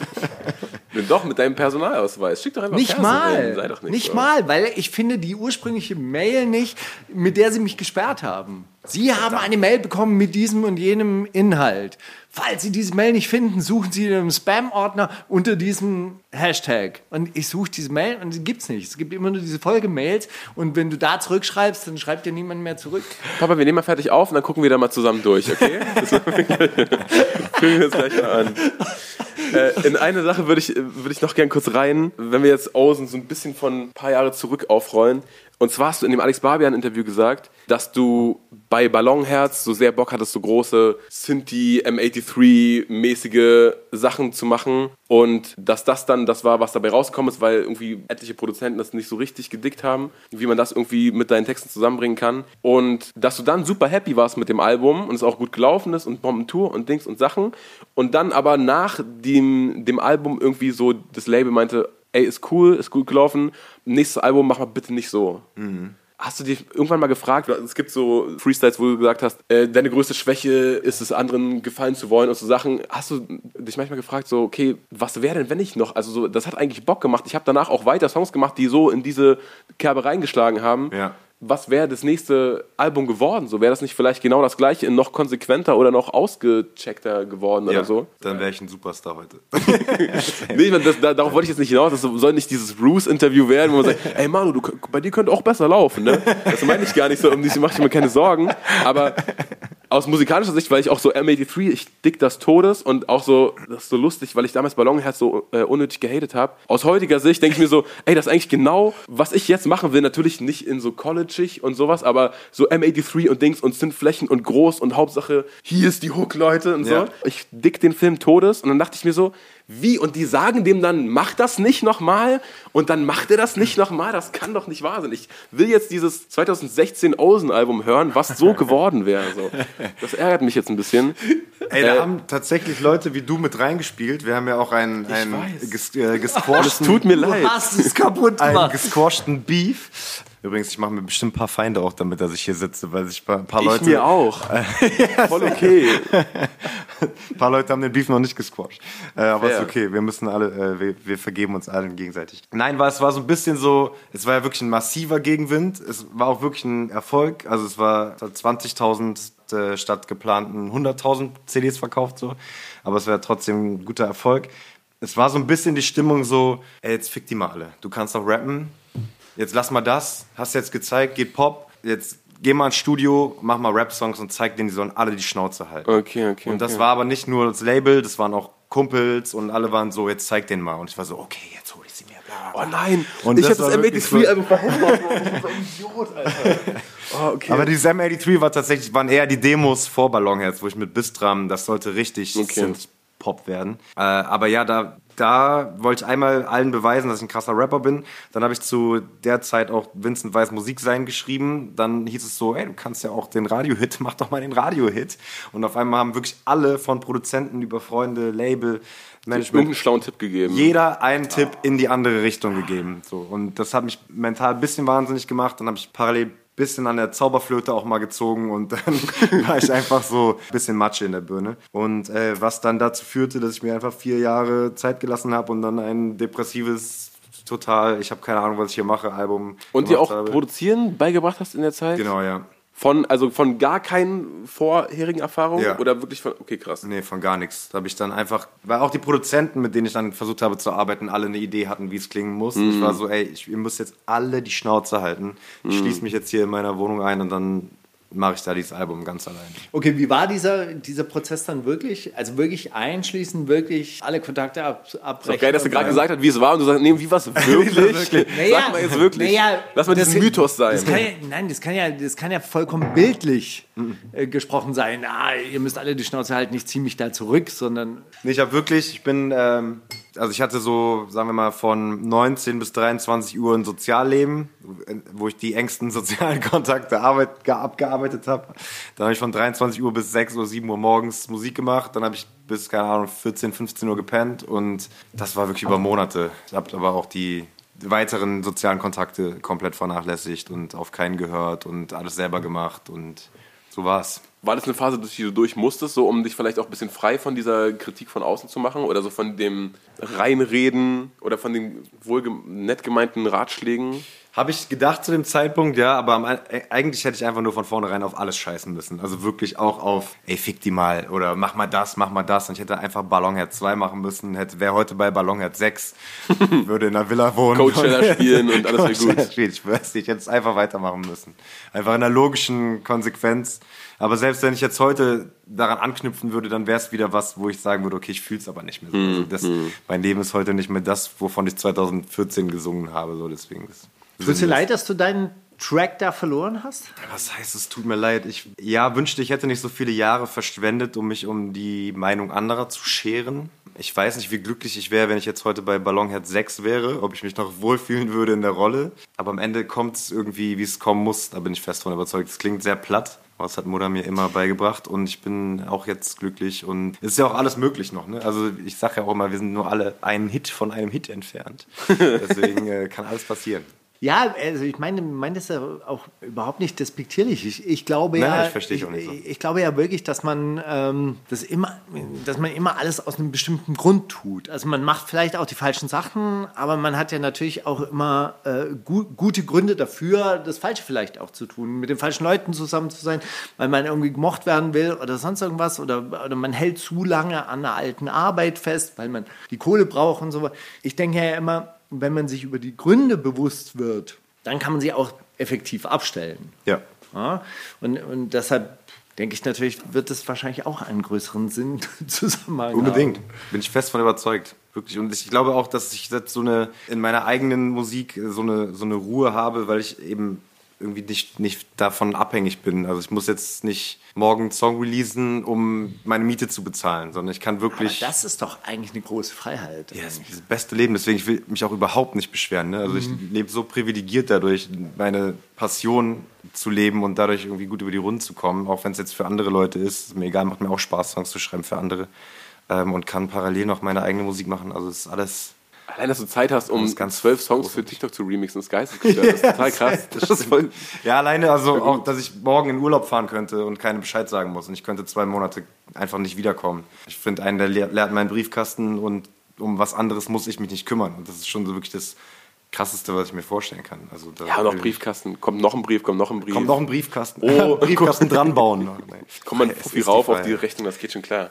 Doch, mit deinem Personalausweis. Schick doch einfach Nicht mal. Sei doch nicht so. mal, weil ich finde die ursprüngliche Mail nicht, mit der sie mich gesperrt haben. Sie haben eine Mail bekommen mit diesem und jenem Inhalt. Falls Sie diese Mail nicht finden, suchen Sie in einem Spam-Ordner unter diesem Hashtag. Und ich suche diese Mail und die gibt's nicht. Es gibt immer nur diese Folge-Mails und wenn du da zurückschreibst, dann schreibt dir niemand mehr zurück. Papa, wir nehmen mal fertig auf und dann gucken wir da mal zusammen durch, okay? Das fühlen wir uns gleich mal an. In eine Sache würde ich noch gern kurz rein, wenn wir jetzt Olsen so ein bisschen von ein paar Jahre zurück aufrollen. Und zwar hast du in dem Alex Barbian-Interview gesagt, dass du bei Ballonherz so sehr Bock hattest, so große Synthie, M83-mäßige Sachen zu machen. Und dass das dann das war, was dabei rausgekommen ist, weil irgendwie etliche Produzenten das nicht so richtig gedickt haben, wie man das irgendwie mit deinen Texten zusammenbringen kann. Und dass du dann super happy warst mit dem Album und es auch gut gelaufen ist und Bombentour und Dings und Sachen. Und dann aber nach dem Album irgendwie so das Label meinte, ey, ist gut gelaufen, nächstes Album mach mal bitte nicht so. Mhm. Hast du dich irgendwann mal gefragt, es gibt so Freestyles, wo du gesagt hast, deine größte Schwäche ist es, anderen gefallen zu wollen und so Sachen. Hast du dich manchmal gefragt, so, okay, was wäre denn, wenn ich noch, also so, das hat eigentlich Bock gemacht. Ich habe danach auch weiter Songs gemacht, die so in diese Kerbe reingeschlagen haben. Ja. Was wäre das nächste Album geworden? So, wäre das nicht vielleicht genau das gleiche, in noch konsequenter oder noch ausgecheckter geworden oder so? Dann wäre ich ein Superstar heute. Nee, darauf wollte ich jetzt nicht hinaus. Das soll nicht dieses Bruce-Interview werden, wo man sagt, ey Manu, bei dir könnte auch besser laufen. Ne? Das meine ich gar nicht so, um dich mache ich mir keine Sorgen. Aber aus musikalischer Sicht, weil ich auch so M83, ich dick das Todes und auch so, das ist so lustig, weil ich damals Ballonherz so unnötig gehatet habe. Aus heutiger Sicht denke ich mir so, ey, das ist eigentlich genau, was ich jetzt machen will. Natürlich nicht in so College und sowas, aber so M83 und Dings und Synthflächen und groß und Hauptsache, hier ist die Hook, Leute und so. Ja. Ich dick den Film Todes und dann dachte ich mir so, wie? Und die sagen dem dann, mach das nicht nochmal und dann macht er das nicht nochmal. Das kann doch nicht wahr sein. Ich will jetzt dieses 2016 Ozen-Album hören, was so geworden wäre. So. Das ärgert mich jetzt ein bisschen. Ey, da haben tatsächlich Leute wie du mit reingespielt. Wir haben ja auch einen Es tut mir leid. Du hast es kaputt einen gemacht. gesquashten Beef. Übrigens, ich mache mir bestimmt ein paar Feinde auch damit, dass ich hier sitze, weil sich ein paar Leute... Ich mir auch. Voll okay. Ein paar Leute haben den Beef noch nicht gesquasht. Aber Fair. ist okay, wir müssen alle, wir vergeben uns allen gegenseitig. Nein, es war so ein bisschen so, es war ja wirklich ein massiver Gegenwind. Es war auch wirklich ein Erfolg. Also es war 20.000 statt geplanten 100.000 CDs verkauft so. Aber es war trotzdem ein guter Erfolg. Es war so ein bisschen die Stimmung so, ey, jetzt fick die mal alle. Du kannst doch rappen. Jetzt lass mal das. Hast jetzt gezeigt, geht Pop. Jetzt geh mal ins Studio, mach mal Rap-Songs und zeig denen, die sollen alle die Schnauze halten. Okay. Und das war aber nicht nur das Label, das waren auch Kumpels und alle waren so, jetzt zeig den mal. Und ich war so, okay, jetzt hol ich sie mir. Bla, bla. Oh nein, Und ich das habe das war M83-Album verhindert. Ich bin so ein Idiot, Alter. Oh, okay. Aber die Sam 83 waren eher die Demos vor Ballonherz, wo ich mit Bistram, das sollte richtig Synth-Pop werden. Aber ja, da wollte ich einmal allen beweisen, dass ich ein krasser Rapper bin. Dann habe ich zu der Zeit auch Vincent Weiss Musik sein geschrieben. Dann hieß es so, ey, du kannst ja auch den Radio-Hit, mach doch mal den Radio-Hit. Und auf einmal haben wirklich alle von Produzenten über Freunde, Label, Management, irgendeinen schlauen Tipp gegeben. jeder einen Tipp in die andere Richtung gegeben. So. Und das hat mich mental ein bisschen wahnsinnig gemacht. Dann habe ich parallel bisschen an der Zauberflöte auch mal gezogen und dann war ich einfach so ein bisschen Matsche in der Birne. Und was dann dazu führte, dass ich mir einfach 4 Jahre Zeit gelassen habe und dann ein depressives, total, ich habe keine Ahnung, was ich hier mache, Album Und dir auch habe. Produzieren beigebracht hast in der Zeit? Genau, ja. Von gar keinen vorherigen Erfahrungen? Ja. Oder wirklich von, okay, krass. Nee, von gar nichts. Da habe ich dann einfach, weil auch die Produzenten, mit denen ich dann versucht habe zu arbeiten, alle eine Idee hatten, wie es klingen muss. Ich war so, ey, ihr müsst jetzt alle die Schnauze halten. Ich schließe mich jetzt hier in meiner Wohnung ein und dann mache ich da dieses Album ganz allein. Okay, wie war dieser Prozess dann wirklich? Also wirklich einschließen, wirklich alle Kontakte abbrechen? Ist doch geil, dass du gerade gesagt hast, wie es war und du sagst, nee, wie war es wirklich? Sag mal jetzt wirklich. Lass mal diesen Mythos sein. Das kann ja vollkommen bildlich gesprochen sein. Ihr müsst alle die Schnauze halten, ich ziehe mich da zurück, sondern... Nee, ich hatte so, sagen wir mal, von 19 bis 23 Uhr ein Sozialleben, wo ich die engsten sozialen Kontakte abgearbeitet habe. Dann habe ich von 23 Uhr bis 6 oder 7 Uhr morgens Musik gemacht. Dann habe ich bis, keine Ahnung, 14, 15 Uhr gepennt. Und das war wirklich über Monate. Ich habe aber auch die weiteren sozialen Kontakte komplett vernachlässigt und auf keinen gehört und alles selber gemacht. Und so war's. War das eine Phase, durch die du durch musstest, so um dich vielleicht auch ein bisschen frei von dieser Kritik von außen zu machen oder so von dem Reinreden oder von den nett gemeinten Ratschlägen? Habe ich gedacht zu dem Zeitpunkt, ja, aber eigentlich hätte ich einfach nur von vornherein auf alles scheißen müssen. Also wirklich auch auf, ey, fick die mal oder mach mal das. Und ich hätte einfach Ballonherz 2 machen müssen, wäre heute bei Ballonherz 6, würde in einer Villa wohnen. Coachella spielen und alles wäre gut. Ich hätte es einfach weitermachen müssen. Einfach in einer logischen Konsequenz. Aber selbst wenn ich jetzt heute daran anknüpfen würde, dann wäre es wieder was, wo ich sagen würde, okay, ich fühle es aber nicht mehr so. Also mein Leben ist heute nicht mehr das, wovon ich 2014 gesungen habe. So deswegen Tut dir leid, dass du deinen Track da verloren hast? Was heißt es, tut mir leid. Ich wünschte, ich hätte nicht so viele Jahre verschwendet, um mich um die Meinung anderer zu scheren. Ich weiß nicht, wie glücklich ich wäre, wenn ich jetzt heute bei Ballonherz 6 wäre, ob ich mich noch wohlfühlen würde in der Rolle. Aber am Ende kommt es irgendwie, wie es kommen muss. Da bin ich fest von überzeugt. Es klingt sehr platt. Aber das hat Mutter mir immer beigebracht und ich bin auch jetzt glücklich und es ist ja auch alles möglich noch. Ne? Also ich sage ja auch immer, wir sind nur alle einen Hit von einem Hit entfernt. Deswegen kann alles passieren. Ja, also ich meine das ja auch überhaupt nicht despektierlich. Ich glaube ich verstehe auch nicht so. Ich glaube ja wirklich, dass man immer alles aus einem bestimmten Grund tut. Also man macht vielleicht auch die falschen Sachen, aber man hat ja natürlich auch immer gute Gründe dafür, das Falsche vielleicht auch zu tun, mit den falschen Leuten zusammen zu sein, weil man irgendwie gemocht werden will oder sonst irgendwas oder man hält zu lange an einer alten Arbeit fest, weil man die Kohle braucht und so. Ich denke ja immer, wenn man sich über die Gründe bewusst wird, dann kann man sie auch effektiv abstellen. Ja. Und deshalb denke ich natürlich, wird es wahrscheinlich auch einen größeren Sinn Zusammenhang Unbedingt. haben. Bin ich fest von überzeugt. Wirklich. Und ich glaube auch, dass ich jetzt in meiner eigenen Musik so eine Ruhe habe, weil ich eben irgendwie nicht davon abhängig bin. Also ich muss jetzt nicht morgen einen Song releasen, um meine Miete zu bezahlen, sondern ich kann wirklich... Aber das ist doch eigentlich eine große Freiheit. Ja, das ist das beste Leben, deswegen ich will mich auch überhaupt nicht beschweren. Ne? Also ich lebe so privilegiert dadurch, meine Passion zu leben und dadurch irgendwie gut über die Runden zu kommen, auch wenn es jetzt für andere Leute ist mir egal, macht mir auch Spaß, Songs zu schreiben für andere und kann parallel noch meine eigene Musik machen. Also es ist alles... Allein, dass du Zeit hast, um 12 Songs für TikTok zu remixen, ist geistesgestört. Das ist total krass. Das ist voll ja, alleine, also auch, dass ich morgen in Urlaub fahren könnte und keinem Bescheid sagen muss. Und ich könnte 2 Monate einfach nicht wiederkommen. Ich finde, einen, der leert meinen Briefkasten und um was anderes muss ich mich nicht kümmern. Und das ist schon so wirklich das Krasseste, was ich mir vorstellen kann. Also ja, und auch Briefkasten. Kommt noch ein Brief, kommt noch ein Brief. Kommt noch ein Briefkasten. Oh, Briefkasten dran bauen. Kommt man Puffi rauf auf die Rechnung, das geht schon klar.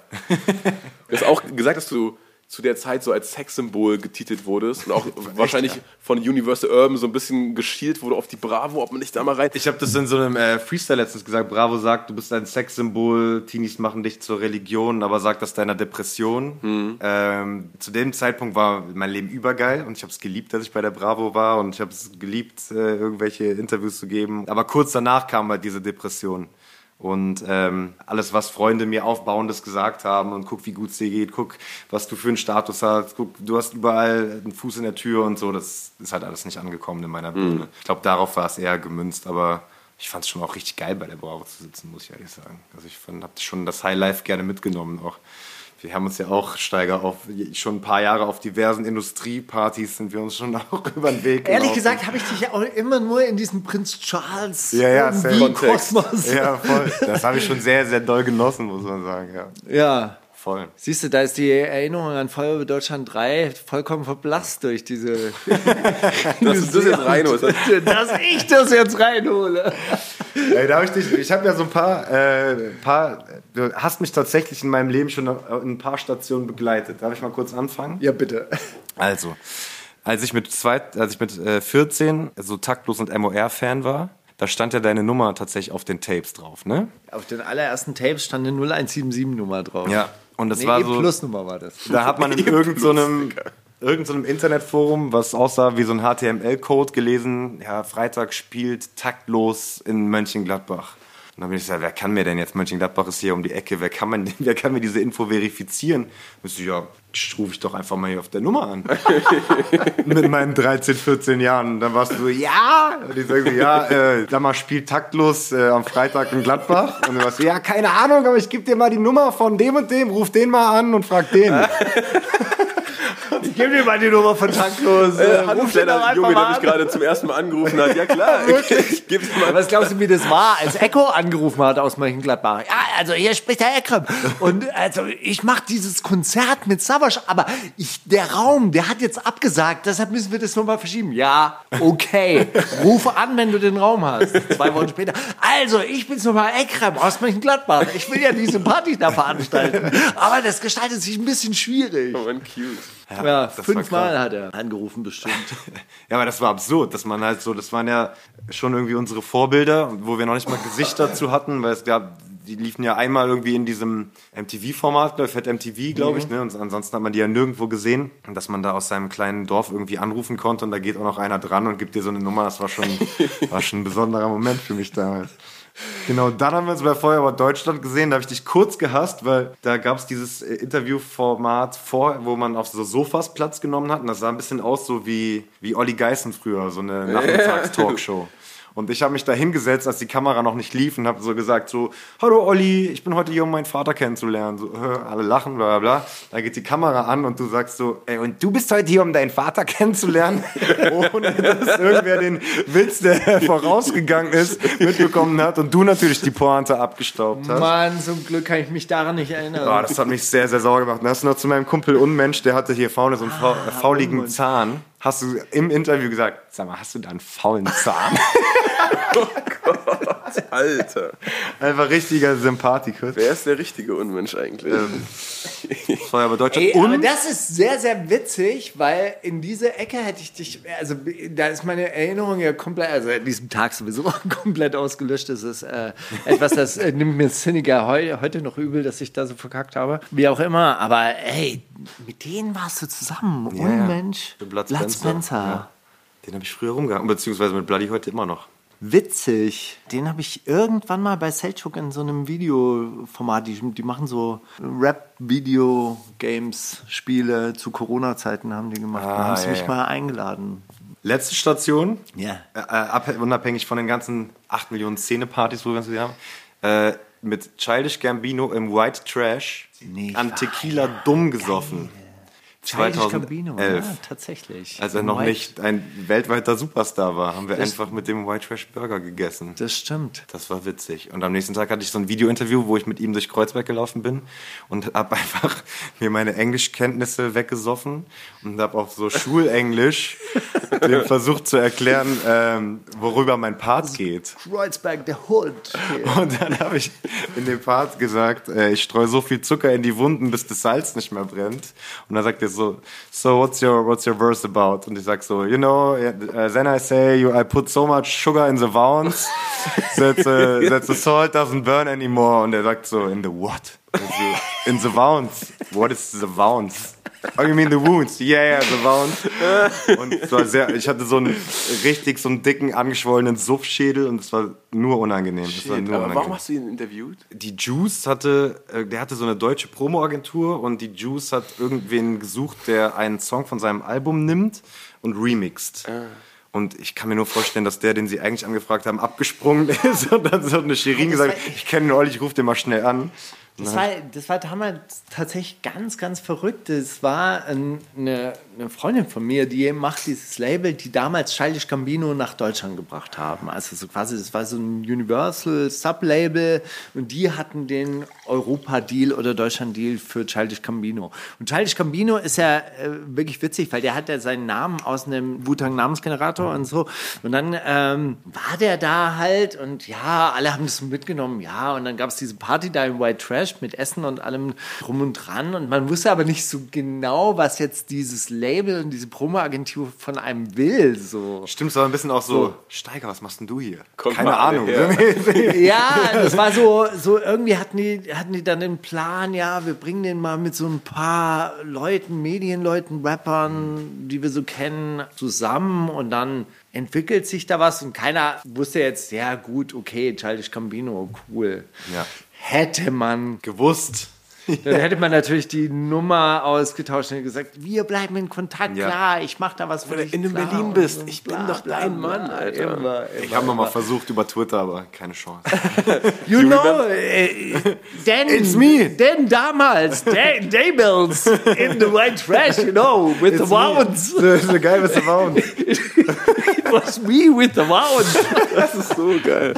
Du hast auch gesagt, dass du zu der Zeit so als Sexsymbol getitelt wurdest und auch wahrscheinlich von Universal Urban so ein bisschen geschielt wurde auf die Bravo, ob man nicht da mal rein... Ich habe das in so einem Freestyle letztens gesagt. Bravo sagt, du bist ein Sexsymbol, Teenies machen dich zur Religion, aber sagt das deiner Depression. Zu dem Zeitpunkt war mein Leben übergeil und ich habe es geliebt, dass ich bei der Bravo war und ich habe es geliebt, irgendwelche Interviews zu geben. Aber kurz danach kam halt diese Depression. Und alles, was Freunde mir Aufbauendes gesagt haben und guck, wie gut es dir geht, guck, was du für einen Status hast, guck, du hast überall einen Fuß in der Tür und so, das ist halt alles nicht angekommen in meiner Birne. Ich glaube, darauf war es eher gemünzt, aber ich fand es schon auch richtig geil, bei der Bravo zu sitzen, muss ich ehrlich sagen. Also ich habe schon das Highlife gerne mitgenommen auch. Wir haben uns ja auch, Steiger, schon ein paar Jahre auf diversen Industriepartys sind wir uns schon auch über den Weg gelaufen. Ehrlich gesagt habe ich dich ja auch immer nur in diesem Prinz Charles Kosmos. Ja, voll. Das habe ich schon sehr, sehr doll genossen, muss man sagen. Ja. Voll. Siehst du, da ist die Erinnerung an Feuerwehr Deutschland 3 vollkommen verblasst durch diese... dass du das jetzt reinholst. Dass ich das jetzt reinhole. Ey, ich habe ja so ein paar... Du hast mich tatsächlich in meinem Leben schon in ein paar Stationen begleitet. Darf ich mal kurz anfangen? Ja, bitte. Also, als ich mit 14 so Taktlos und MOR-Fan war, da stand ja deine Nummer tatsächlich auf den Tapes drauf, ne? Auf den allerersten Tapes stand eine 0177-Nummer drauf. Ja, und das war so... E-Plus-Nummer war das. Da hat man in irgendeinem Internetforum, was aussah wie so ein HTML-Code, gelesen, ja, Freitag spielt Taktlos in Mönchengladbach. Und dann bin ich gesagt, wer kann mir denn jetzt, Mönchengladbach ist hier um die Ecke, wer kann mir diese Info verifizieren? Und ich so, ja, rufe ich doch einfach mal hier auf der Nummer an. Mit meinen 13, 14 Jahren. Und dann warst du so, ja. Und ich sag so, ja, sag mal, spielt Taktlos am Freitag in Gladbach. Und dann warst du, ja, keine Ahnung, aber ich gebe dir mal die Nummer von dem und dem, ruf den mal an und frag den. Ich gebe dir mal die Nummer von Taktlos. Hallo, kleiner Junge, der mich gerade zum ersten Mal angerufen hat. Ja, klar. Ich geb's mal. Was glaubst du, wie das war, als Echo angerufen hat aus Mönchengladbach? Ja, also hier spricht der Ekrem. Und also ich mache dieses Konzert mit Savas, aber der Raum, der hat jetzt abgesagt, deshalb müssen wir das nochmal verschieben. Ja, okay. Rufe an, wenn du den Raum hast. 2 Wochen später. Also, ich bin's nochmal Ekrem aus Mönchengladbach. Ich will ja diese Party da veranstalten. Aber das gestaltet sich ein bisschen schwierig. Oh, man, cute. Ja, 5-mal hat er angerufen bestimmt. Ja, aber das war absurd, dass man halt so, das waren ja schon irgendwie unsere Vorbilder, wo wir noch nicht mal Gesichter dazu hatten, weil es gab, die liefen ja einmal irgendwie in diesem MTV-Format, Fett MTV, glaube ich, ne? Und ansonsten hat man die ja nirgendwo gesehen. Und dass man da aus seinem kleinen Dorf irgendwie anrufen konnte und da geht auch noch einer dran und gibt dir so eine Nummer, das war schon ein besonderer Moment für mich damals. Genau, dann haben wir uns bei Feuerwehr Deutschland gesehen, da habe ich dich kurz gehasst, weil da gab es dieses Interviewformat wo man auf so Sofas Platz genommen hat und das sah ein bisschen aus so wie Olli Geißen früher, so eine Nachmittags-Talkshow. Und ich habe mich da hingesetzt, als die Kamera noch nicht lief und habe so gesagt so, hallo Olli, ich bin heute hier, um meinen Vater kennenzulernen. So, alle lachen, bla bla bla. Da geht die Kamera an und du sagst so, ey, und du bist heute hier, um deinen Vater kennenzulernen? Ohne dass irgendwer den Witz, der vorausgegangen ist, mitbekommen hat und du natürlich die Pointe abgestaubt hast. Mann, zum Glück kann ich mich daran nicht erinnern. Oh, das hat mich sehr, sehr sauer gemacht. Dann hast du noch zu meinem Kumpel Unmensch, der hatte hier vorne so einen fauligen Zahn. Hast du im Interview gesagt, sag mal, hast du da einen faulen Zahn? Oh Gott, Alter. Einfach richtiger Sympathikus. Wer ist der richtige Unmensch eigentlich? Feuerwehr Deutschland. Ey, aber das ist sehr, sehr witzig, weil in diese Ecke hätte ich dich, also da ist meine Erinnerung ja komplett, also an diesem Tag sowieso komplett ausgelöscht. Das ist etwas, das nimmt mir Cyniger heute noch übel, dass ich da so verkackt habe. Wie auch immer, aber ey, mit denen warst du zusammen. Unmensch, Blood Spencer. Ja. Den habe ich früher rumgehangen, beziehungsweise mit Bloody heute immer noch. Witzig. Den habe ich irgendwann mal bei Selçuk in so einem Videoformat. Die machen so Rap-Video-Games-Spiele. Zu Corona-Zeiten haben die gemacht. Da haben sie mich mal eingeladen. Letzte Station, Ja. Unabhängig von den ganzen 8 Millionen Szenepartys, wo wir uns hier haben, mit Childish Gambino im White Trash an Tequila dumm gesoffen. Childish Gambino, 2011. ja, tatsächlich. Als er noch nicht ein weltweiter Superstar war, haben wir einfach mit dem White Trash Burger gegessen. Das stimmt. Das war witzig. Und am nächsten Tag hatte ich so ein Videointerview, wo ich mit ihm durch Kreuzberg gelaufen bin und habe einfach mir meine Englischkenntnisse weggesoffen und habe auf so Schulenglisch dem versucht zu erklären, worüber mein Part geht. Kreuzberg, der Hood. Und dann habe ich in dem Part gesagt, ich streue so viel Zucker in die Wunden, bis das Salz nicht mehr brennt. Und dann sagt er so what's your verse about? Und ich sag so, you know, then I say, I put so much sugar in the wounds that the salt doesn't burn anymore. Und er sagt so, in the what? In the wounds. What is the wounds? Oh, you mean the wounds? Yeah, the wounds. Und es war ich hatte so einen dicken, angeschwollenen Suffschädel und es war nur unangenehm. Aber warum hast du ihn interviewt? Die Juice der hatte so eine deutsche Promo-Agentur und die Juice hat irgendwen gesucht, der einen Song von seinem Album nimmt und remixt. Und ich kann mir nur vorstellen, dass der, den sie eigentlich angefragt haben, abgesprungen ist und dann so eine Shirin gesagt, ich kenne ihn Olli, ich rufe den mal schnell an. Das war damals tatsächlich ganz, ganz verrückt. Es war eine Freundin von mir, die macht dieses Label, die damals Childish Gambino nach Deutschland gebracht haben. Also so quasi, das war so ein Universal Sublabel und die hatten den Europa-Deal oder Deutschland-Deal für Childish Gambino. Und Childish Gambino ist ja wirklich witzig, weil der hat ja seinen Namen aus einem Wu-Tang-Namensgenerator und so. Und dann war der da halt und ja, alle haben das mitgenommen, ja. Und dann gab es diese Party da im White Trash mit Essen und allem drum und dran und man wusste aber nicht so genau, was jetzt dieses Label und diese Promo-Agentur von einem will. So. Stimmt, es war ein bisschen auch so, Steiger, was machst denn du hier? Kommt Keine Ahnung. Ja, das war so irgendwie hatten die dann den Plan, ja, wir bringen den mal mit so ein paar Leuten, Medienleuten, Rappern, die wir so kennen, zusammen und dann entwickelt sich da was und keiner wusste jetzt, ja gut, okay, Childish Gambino, cool. Ja. Hätte man Gewusst. Dann hätte man natürlich die Nummer ausgetauscht und gesagt, wir bleiben in Kontakt, Ja. klar, ich mach da was für dich. Wenn du in klar, Berlin bist, und ich bin doch dein Mann, Alter. Immer. Ich habe nochmal versucht über Twitter, aber keine Chance. You know, denn, It's me. denn damals, Daniels in the White Trash, you know, with the wounds. So geil, was du wound. It was me with the wounds. Das ist so geil.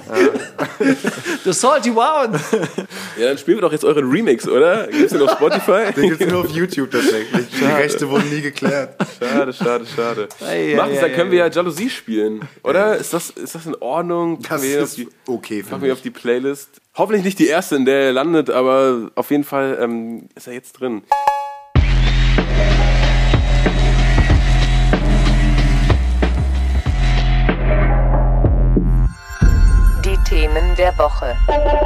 The salty wounds. Ja, dann spielen wir doch jetzt euren Remix, oder? Gibt's den auf Spotify? Den gibt's nur auf YouTube tatsächlich. Die Rechte wurden nie geklärt. Schade. Macht dann können wir ja Jalousie spielen, oder? Ist das in Ordnung? Das ist okay für Packen wir mich. auf die Playlist. Hoffentlich nicht die erste, in der er landet, aber auf jeden Fall ist er jetzt drin. Die Themen der Woche.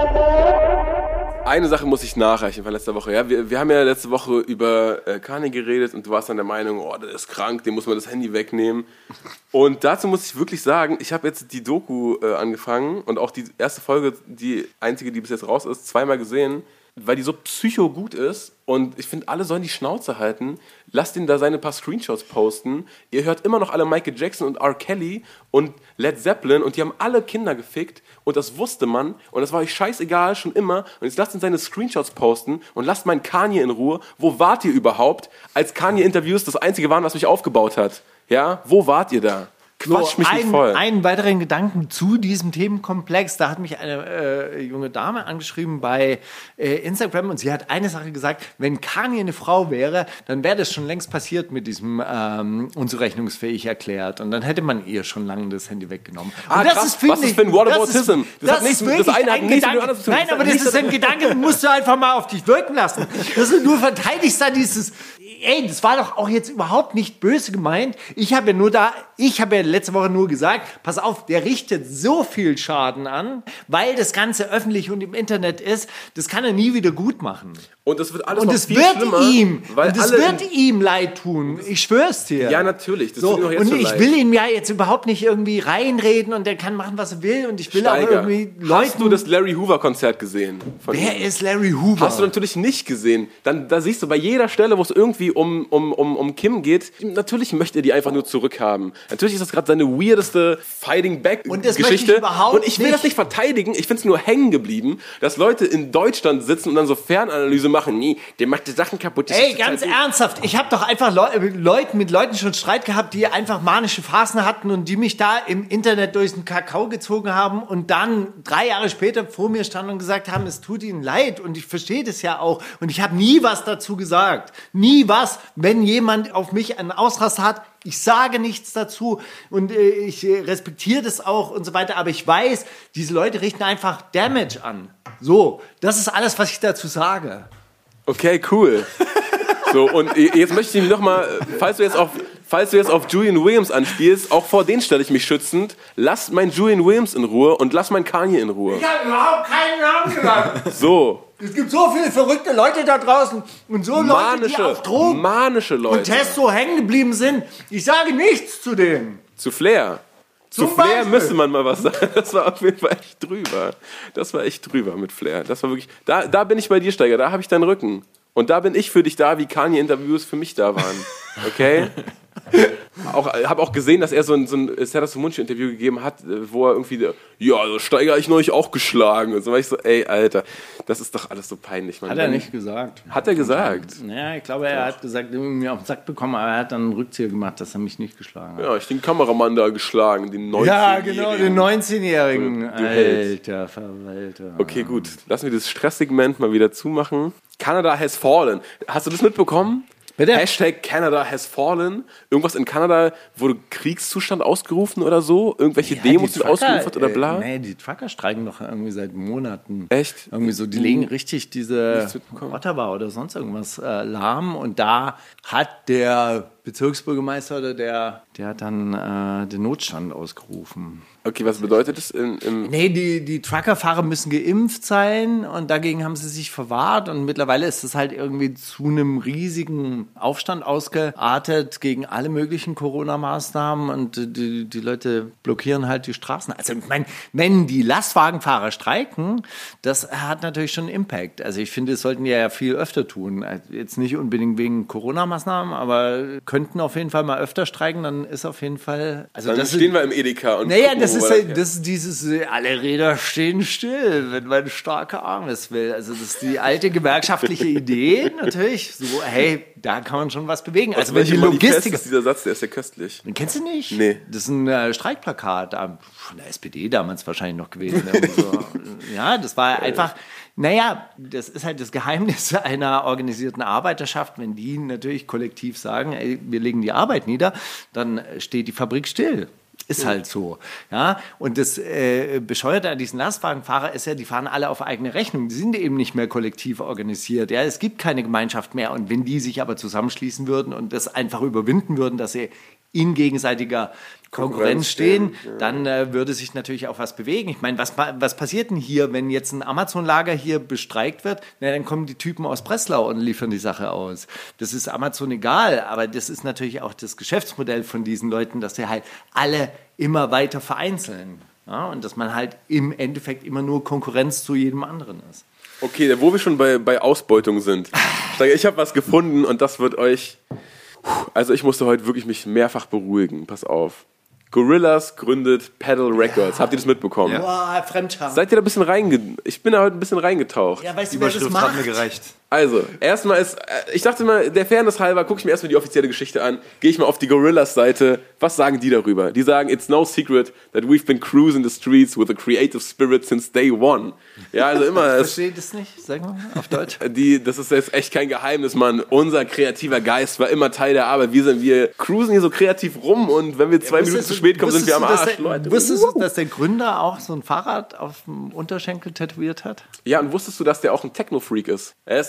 Eine Sache muss ich nachreichen von letzter Woche. Ja, wir haben ja letzte Woche über Kanye geredet und du warst dann der Meinung, oh, der ist krank, dem muss man das Handy wegnehmen. Und dazu muss ich wirklich sagen, ich habe jetzt die Doku angefangen und auch die erste Folge, die einzige, die bis jetzt raus ist, zweimal gesehen, weil die so psycho-gut ist und ich finde, alle sollen die Schnauze halten. Lasst ihn da seine paar Screenshots posten. Ihr hört immer noch alle Michael Jackson und R. Kelly und Led Zeppelin und die haben alle Kinder gefickt und das wusste man und das war euch scheißegal schon immer und jetzt lasst ihn seine Screenshots posten und lasst meinen Kanye in Ruhe. Wo wart ihr überhaupt, als Kanye-Interviews das einzige waren, was mich aufgebaut hat? Ja, wo wart ihr da? Quatsch mich nicht voll. Einen weiteren Gedanken zu diesem Themenkomplex. Da hat mich eine junge Dame angeschrieben bei Instagram und sie hat eine Sache gesagt, wenn Kanye eine Frau wäre, dann wäre das schon längst passiert mit diesem unzurechnungsfähig erklärt und dann hätte man ihr schon lange das Handy weggenommen. Und das krass. ist, finde Was ist ich, für ein Whataboutism? Das hat nichts- ist wirklich das eine hat ein nichts mit dem Gedanke. anderen zu tun. Nein, aber das ist ein Gedanke, den musst du einfach mal auf dich wirken lassen. Das ist nur verteidigst da dieses, ey, das war doch auch jetzt überhaupt nicht böse gemeint. Ich habe ja nur da Ich habe ja letzte Woche nur gesagt, pass auf, der richtet so viel Schaden an, weil das Ganze öffentlich und im Internet ist, das kann er nie wieder gut machen. Und das wird alles Und noch es viel wird schlimmer. ihm leid tun. Ich schwör's dir. Ja, natürlich. Das So, tut mir doch jetzt und schon ich leid. will ihm ja jetzt überhaupt nicht irgendwie reinreden und der kann machen, was er will. Und ich will auch irgendwie Hast du das Larry Hoover-Konzert gesehen? Wer ist Larry Hoover? Hast du natürlich nicht gesehen. Da siehst du bei jeder Stelle, wo es irgendwie um Kim geht, natürlich möchte er die einfach nur zurückhaben. Natürlich ist das gerade seine weirdeste Und das möchte ich Fighting-Back-Geschichte. überhaupt Und ich will nicht. das nicht verteidigen. Ich finde es nur hängen geblieben, dass Leute in Deutschland sitzen und dann so Fernanalyse machen. Nee, der macht die Sachen kaputt. Ey, ganz ernsthaft, ich habe doch einfach mit Leuten schon Streit gehabt, die einfach manische Phasen hatten und die mich da im Internet durch den Kakao gezogen haben und dann 3 Jahre später vor mir standen und gesagt haben, es tut ihnen leid und ich verstehe das ja auch und ich habe nie was dazu gesagt. Nie was, wenn jemand auf mich einen Ausraster hat, ich sage nichts dazu und ich respektiere das auch und so weiter, aber ich weiß, diese Leute richten einfach Damage an. So, das ist alles, was ich dazu sage. Okay, cool. So, und jetzt möchte ich mich nochmal, falls du jetzt auf Julian Williams anspielst, auch vor denen stelle ich mich schützend. Lass mein Julian Williams in Ruhe und lass mein Kanye in Ruhe. Ich habe überhaupt keinen Namen genannt. So. Es gibt so viele verrückte Leute da draußen und so Leute, die auf Drogen manische Leute. und Testo hängen geblieben sind. Ich sage nichts zu denen. Zu Flair. Zu Zum Flair Beispiel. müsste man mal was sagen. Das war auf jeden Fall echt drüber. Das war echt drüber mit Flair. Das war wirklich. Da bin ich bei dir, Steiger. Da habe ich deinen Rücken. Und da bin ich für dich da, wie Kanye-Interviews für mich da waren. Okay? Habe auch gesehen, dass er so ein Serdas Munchi-Interview gegeben hat, wo er irgendwie, ja, also Steiger ich neulich auch geschlagen. Und so war ich so, ey, Alter, das ist doch alles so peinlich. Man. Hat er nicht gesagt. Hat er gesagt? Ja, ich glaube, er hat gesagt, er hat mir auf den Sack bekommen, aber er hat dann einen Rückzieher gemacht, dass er mich nicht geschlagen hat. Ja, ich den Kameramann da geschlagen, den 19-Jährigen. Ja, genau, den 19-Jährigen. Du hältst. Alter Verwalter. Okay, gut. Lassen wir das Stresssegment mal wieder zumachen. Canada has fallen. Hast du das mitbekommen? Bitte? Hashtag Canada has fallen. Irgendwas in Kanada wurde Kriegszustand ausgerufen oder so? Irgendwelche Demos sind ausgerufen oder bla? Nee, die Trucker streiken doch irgendwie seit Monaten. Echt? Irgendwie so, die legen richtig diese Nichts mitbekommen. Ottawa oder sonst irgendwas lahm. Und da hat der Bezirksbürgermeister oder der hat dann den Notstand ausgerufen. Okay, was bedeutet das? Nee, die Truckerfahrer müssen geimpft sein und dagegen haben sie sich verwahrt und mittlerweile ist es halt irgendwie zu einem riesigen Aufstand ausgeartet gegen alle möglichen Corona-Maßnahmen und die Leute blockieren halt die Straßen. Also ich meine, wenn die Lastwagenfahrer streiken, das hat natürlich schon Impact. Also ich finde, das sollten die ja viel öfter tun. Jetzt nicht unbedingt wegen Corona-Maßnahmen, aber könnten auf jeden Fall mal öfter streiken, dann ist auf jeden Fall... Also dann das stehen wir im Edeka und naja, gucken, das wo ist, wir das ist dieses, alle Räder stehen still, wenn mein starker Arm es will. Also das ist die alte gewerkschaftliche Idee natürlich. So, hey, da kann man schon was bewegen. Also wenn die Logistik... ist dieser Satz, der ist ja köstlich. Den kennst du nicht? Nee. Das ist ein Streikplakat von der SPD damals wahrscheinlich noch gewesen. Irgendwie so. Ja, das war einfach... Naja, das ist halt das Geheimnis einer organisierten Arbeiterschaft. Wenn die natürlich kollektiv sagen, ey, wir legen die Arbeit nieder, dann steht die Fabrik still. Ist halt so. Ja? Und das Bescheuerte an diesen Lastwagenfahrer ist ja, die fahren alle auf eigene Rechnung. Die sind eben nicht mehr kollektiv organisiert. Ja? Es gibt keine Gemeinschaft mehr. Und wenn die sich aber zusammenschließen würden und das einfach überwinden würden, dass sie in gegenseitiger Konkurrenz stehen, dann würde sich natürlich auch was bewegen. Ich meine, was passiert denn hier, wenn jetzt ein Amazon-Lager hier bestreikt wird? Na, dann kommen die Typen aus Breslau und liefern die Sache aus. Das ist Amazon egal, aber das ist natürlich auch das Geschäftsmodell von diesen Leuten, dass sie halt alle immer weiter vereinzeln. Ja? Und dass man halt im Endeffekt immer nur Konkurrenz zu jedem anderen ist. Okay, wo wir schon bei Ausbeutung sind. Ich habe was gefunden und das wird euch... Also ich musste heute wirklich mich mehrfach beruhigen. Pass auf. Gorillaz gründet Pedal Records. Ja. Habt ihr das mitbekommen? Ja. Boah, Fremdscham. Seid ihr da ein bisschen ich bin da heute ein bisschen reingetaucht. Ja, weißt du, Die wer das Überschrift macht? hat mir gereicht. Also, erstmal ich dachte mal, der Fairness halber, gucke ich mir erstmal die offizielle Geschichte an, gehe ich mal auf die Gorillaz-Seite, was sagen die darüber? Die sagen, it's no secret that we've been cruising the streets with a creative spirit since day one. Ja, also immer... Ich verstehe das nicht, sag mal, auf Deutsch. Das ist jetzt echt kein Geheimnis, Mann. Unser kreativer Geist war immer Teil der Arbeit. Wir cruisen hier so kreativ rum und wenn wir 2 Minuten zu spät kommen, sind wir am Arsch, Leute. Wusstest du, dass der Gründer auch so ein Fahrrad auf dem Unterschenkel tätowiert hat? Ja, und wusstest du, dass der auch ein Techno-Freak ist? Er ist ein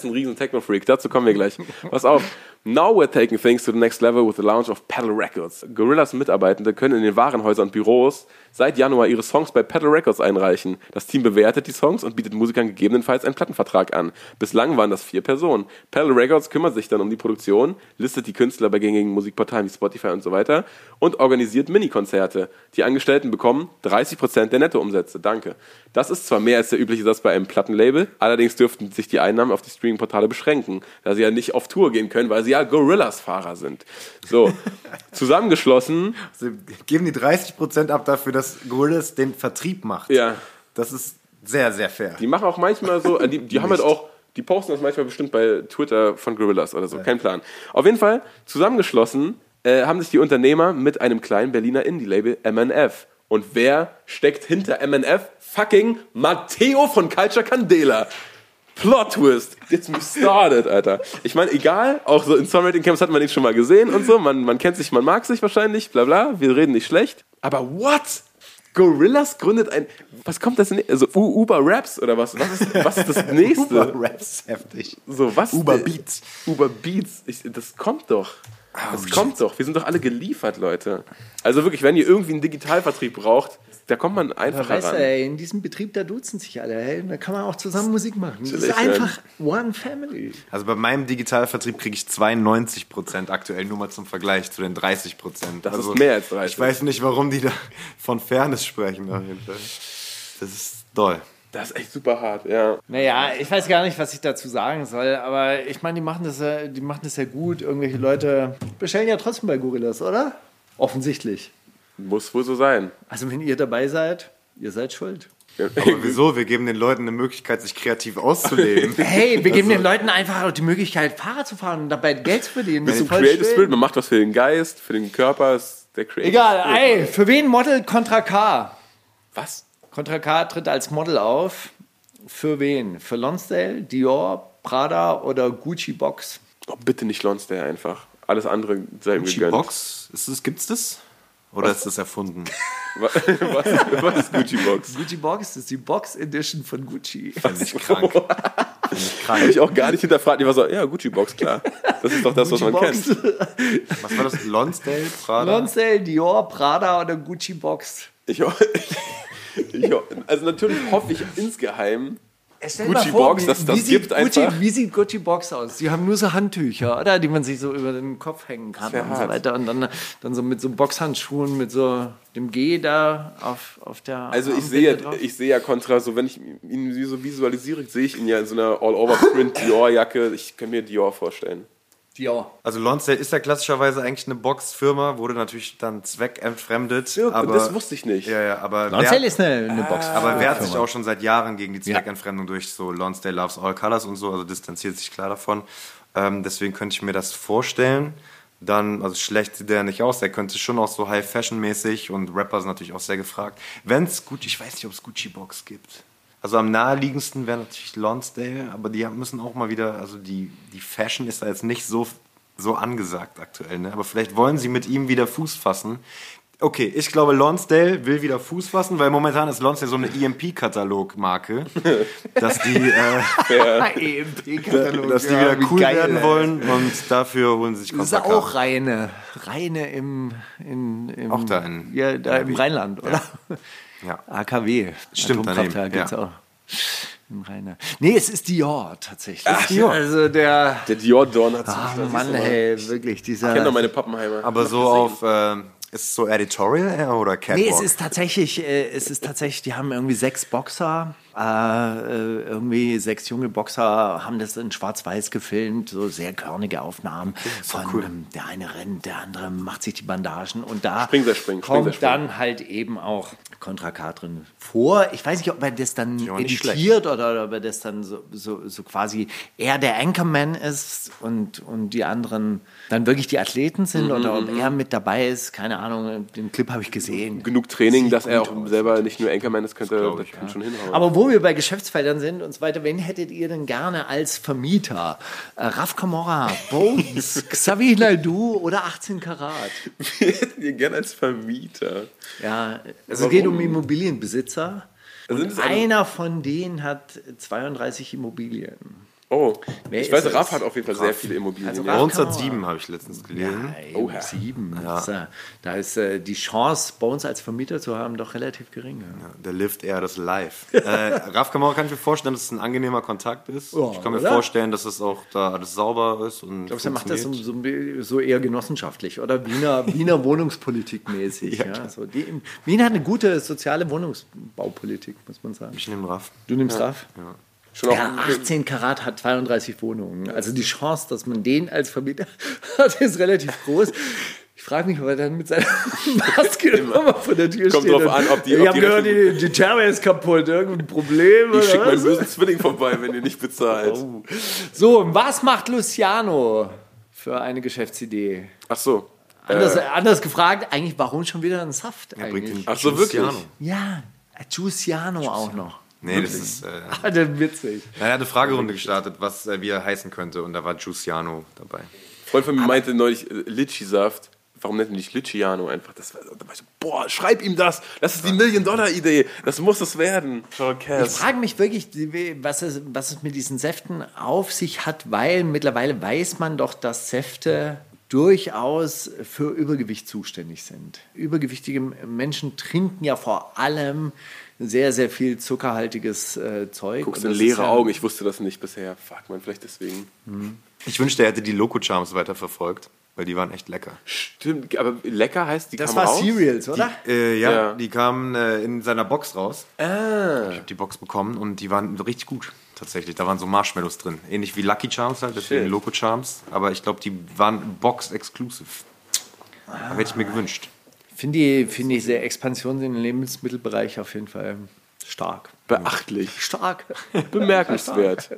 ein riesen Techno-Freak. Dazu kommen wir gleich. Pass auf. Now we're taking things to the next level with the launch of Pedal Records. Gorillaz Mitarbeitende können in den Warenhäusern und Büros seit Januar ihre Songs bei Pedal Records einreichen. Das Team bewertet die Songs und bietet Musikern gegebenenfalls einen Plattenvertrag an. Bislang waren das 4 Personen. Pedal Records kümmert sich dann um die Produktion, listet die Künstler bei gängigen Musikportalen wie Spotify und so weiter und organisiert Mini-Konzerte. Die Angestellten bekommen 30% der Nettoumsätze. Danke. Das ist zwar mehr als der übliche Satz bei einem Plattenlabel, allerdings dürften sich die Einnahmen auf die Streaming-Portale beschränken, da sie ja nicht auf Tour gehen können, weil sie ja Gorillaz-Fahrer sind. So, zusammengeschlossen. Also geben die 30% ab dafür, dass Gorillaz den Vertrieb macht. Ja. Das ist sehr, sehr fair. Die machen auch manchmal so, die haben halt auch, die posten das manchmal bestimmt bei Twitter von Gorillaz oder so, kein Plan. Auf jeden Fall, zusammengeschlossen haben sich die Unternehmer mit einem kleinen Berliner Indie-Label MNF. Und wer steckt hinter MNF? Fucking Matteo von Culture Candela. Plot Twist. Gets me started, Alter. Ich meine, egal, auch so in Songwriting Camps hat man ihn schon mal gesehen und so. Man kennt sich, man mag sich wahrscheinlich, bla bla. Wir reden nicht schlecht. Aber what? Gorillaz gründet ein... Was kommt das denn? Also Uber Raps oder was? Was ist das nächste? Uber Raps, heftig. So, was? Uber Beats. Uber Beats. Das kommt doch. Das kommt doch. Wir sind doch alle geliefert, Leute. Also wirklich, wenn ihr irgendwie einen Digitalvertrieb braucht, da kommt man einfach weißt ran. du, ey, in diesem Betrieb, da duzen sich alle. Ey, da kann man auch zusammen Musik machen. Das ist Natürlich, einfach One Family. Also bei meinem Digitalvertrieb kriege ich 92% aktuell, nur mal zum Vergleich zu den 30%. Das also, ist mehr als 30. Ich weiß nicht, warum die da von Fairness sprechen. Auf jeden Fall. Das ist toll. Das ist echt super hart, ja. Naja, ich weiß gar nicht, was ich dazu sagen soll, aber ich meine, die machen das ja gut. Irgendwelche Leute bestellen ja trotzdem bei Gorillaz, oder? Offensichtlich. Muss wohl so sein. Also wenn ihr dabei seid, ihr seid schuld. Aber wieso? Wir geben den Leuten eine Möglichkeit, sich kreativ auszuleben. Hey, wir geben den Leuten einfach auch die Möglichkeit, Fahrrad zu fahren und dabei Geld zu verdienen. Bis zum Voll Creative schön. Spirit, man macht was für den Geist, für den Körper, ist der Creative Egal, Spirit. ey, für wen Model Contra K? Was? Contra K tritt als Model auf. Für wen? Für Lonsdale, Dior, Prada oder Gucci Box? Oh, bitte nicht Lonsdale einfach. Alles andere sei ihm Gucci gegönnt. Box? Gibt's das? Oder ist das erfunden? Was ist Gucci Box? Gucci Box ist die Box Edition von Gucci. Finde ich krank. Habe ich auch gar nicht hinterfragt. Ich war so, ja, Gucci Box, klar. Das ist doch das, was man Box. kennt. Was war das? Lonsdale? Prada? Lonsdale, Dior, Prada oder Gucci Box? Also natürlich hoffe ich insgeheim, Stell Gucci mal vor, Box, dass das gibt einfach. Wie sieht Gucci Box aus? Die haben nur so Handtücher, oder? Die man sich so über den Kopf hängen kann wär und so hart. weiter. Und dann so mit so Boxhandschuhen, mit so dem G da auf der Also ich Armbinde drauf. sehe ja Contra, so wenn ich ihn so visualisiere, sehe ich ihn ja in so einer All-Over-Print Dior-Jacke. Ich kann mir Dior vorstellen. Dior. Also Lonsdale ist ja klassischerweise eigentlich eine Boxfirma, wurde natürlich dann zweckentfremdet. Ja, aber das wusste ich nicht. Ja, aber Lonsdale ist eine Box. aber wehrt sich auch schon seit Jahren gegen die Zweckentfremdung durch so Lonsdale Loves All Colors und so, also distanziert sich klar davon. Deswegen könnte ich mir das vorstellen. Dann, also schlecht sieht der nicht aus, der könnte schon auch so High-Fashion-mäßig und Rapper sind natürlich auch sehr gefragt. Wenn's Gucci, ich weiß nicht, ob es Gucci-Box gibt. Also am naheliegendsten wäre natürlich Lonsdale, aber die müssen auch mal wieder, also die Fashion ist da jetzt nicht so angesagt aktuell, ne? Aber vielleicht wollen sie mit ihm wieder Fuß fassen. Okay, ich glaube, Lonsdale will wieder Fuß fassen, weil momentan ist Lonsdale so eine EMP-Katalog-Marke, dass die, EMP-Katalog. dass die wieder cool werden wollen und dafür holen sie sich Das ist Contra K. auch Reine im Auch da im Rheinland, oder? Ja. AKW. Stimmt, Atomkraftwerk daneben, gibt's ja. auch. Im Rheine. Nee, es ist Dior tatsächlich. Ach, Dior. Also der Dior Dorn hat Mann, hey, wirklich dieser. Ich kenne doch meine Pappenheimer. Aber so auf, ist es so Editorial oder Catwalk? Nee, es ist tatsächlich, die haben irgendwie 6 Boxer, irgendwie 6 junge Boxer haben das in Schwarz-Weiß gefilmt, so sehr körnige Aufnahmen von der eine rennt, der andere macht sich die Bandagen und da kommt dann halt eben auch Contra K drin vor. Ich weiß nicht, ob er das dann editiert oder ob er das dann so quasi er der Anchorman ist und die anderen dann wirklich die Athleten sind oder ob er mit dabei ist, keine Ahnung, den Clip habe ich gesehen. Genug Training, Sieht dass er auch gut aus. selber nicht nur Anchorman ist, könnte ich, schon hinhauen. Aber wo wir bei Geschäftsfeldern sind und so weiter, wen hättet ihr denn gerne als Vermieter? Raf Camorra, Bones, Xavier Naidu oder 18 Karat? Wir hätten ihn gerne als Vermieter. Ja, also es geht um Immobilienbesitzer. Also Und einer von denen hat 32 Immobilien. Oh, Wer ich weiß, ist Raff es? hat auf jeden Fall sehr viele Immobilien. Also ja. Raff- Bei uns hat 7, habe ich letztens gelesen. Oh, 7. Da ist die Chance, bei uns als Vermieter zu haben, doch relativ gering. Ja. Der lived eher das Live. Raff Kamau kann ich mir vorstellen, dass es ein angenehmer Kontakt ist. Ja, ich kann mir oder? vorstellen, dass es auch da alles sauber ist. Und Ich glaube, er macht das so eher genossenschaftlich, oder? Wiener Wohnungspolitik mäßig. Ja, so Wien hat eine gute soziale Wohnungsbaupolitik, muss man sagen. Ich nehme Raff. Du nimmst Raff? Ja. Schon auch Ja, 18 Karat hat 32 Wohnungen. Also die Chance, dass man den als Vermieter hat, ist relativ groß. Ich frage mich, ob er dann mit seiner Maske immer vor der Tür Kommt steht. drauf an, ob die- Ich ob habe die gehört, die Therme ist kaputt. Irgendein Problem Ich oder schicke meinen was? bösen Zwilling vorbei, wenn ihr nicht bezahlt. So, was macht Luciano für eine Geschäftsidee? Ach so. Anders gefragt, eigentlich, warum schon wieder ein Saft Bringt eigentlich? den Ach so, wirklich? Giussiano. Ja, Giussiano auch noch. Nee, das ist... Alter, witzig. er hat eine Fragerunde gestartet, wie er heißen könnte. Und da war Giussiano dabei. Ein Freund von mir meinte neulich Litschi-Saft. Warum nennt man nicht Litschiano einfach? Da war ich so, boah, schreib ihm das. Das ist die $1-Million-Idee. Das muss es werden. Ich frage mich wirklich, was es mit diesen Säften auf sich hat, weil mittlerweile weiß man doch, dass Säfte durchaus für Übergewicht zuständig sind. Übergewichtige Menschen trinken ja vor allem sehr, sehr viel zuckerhaltiges Zeug. Guckst Und in das ist leere ja- Augen. Ich wusste das nicht bisher. Fuck, man, vielleicht deswegen. Ich wünschte, er hätte die Loco Charms weiterverfolgt, weil die waren echt lecker. Stimmt, aber lecker heißt, die Das kamen war raus? Cereals, oder? Ja. Die kamen in seiner Box raus. Ah. Ich habe die Box bekommen und die waren richtig gut. Tatsächlich, da waren so Marshmallows drin. Ähnlich wie Lucky Charms halt, deswegen Shit. Loco Charms. Aber ich glaube, die waren Box-exclusive. Da hätte ich mir gewünscht. Finde diese Expansion in den Lebensmittelbereich auf jeden Fall stark. Beachtlich. Stark. Bemerkenswert.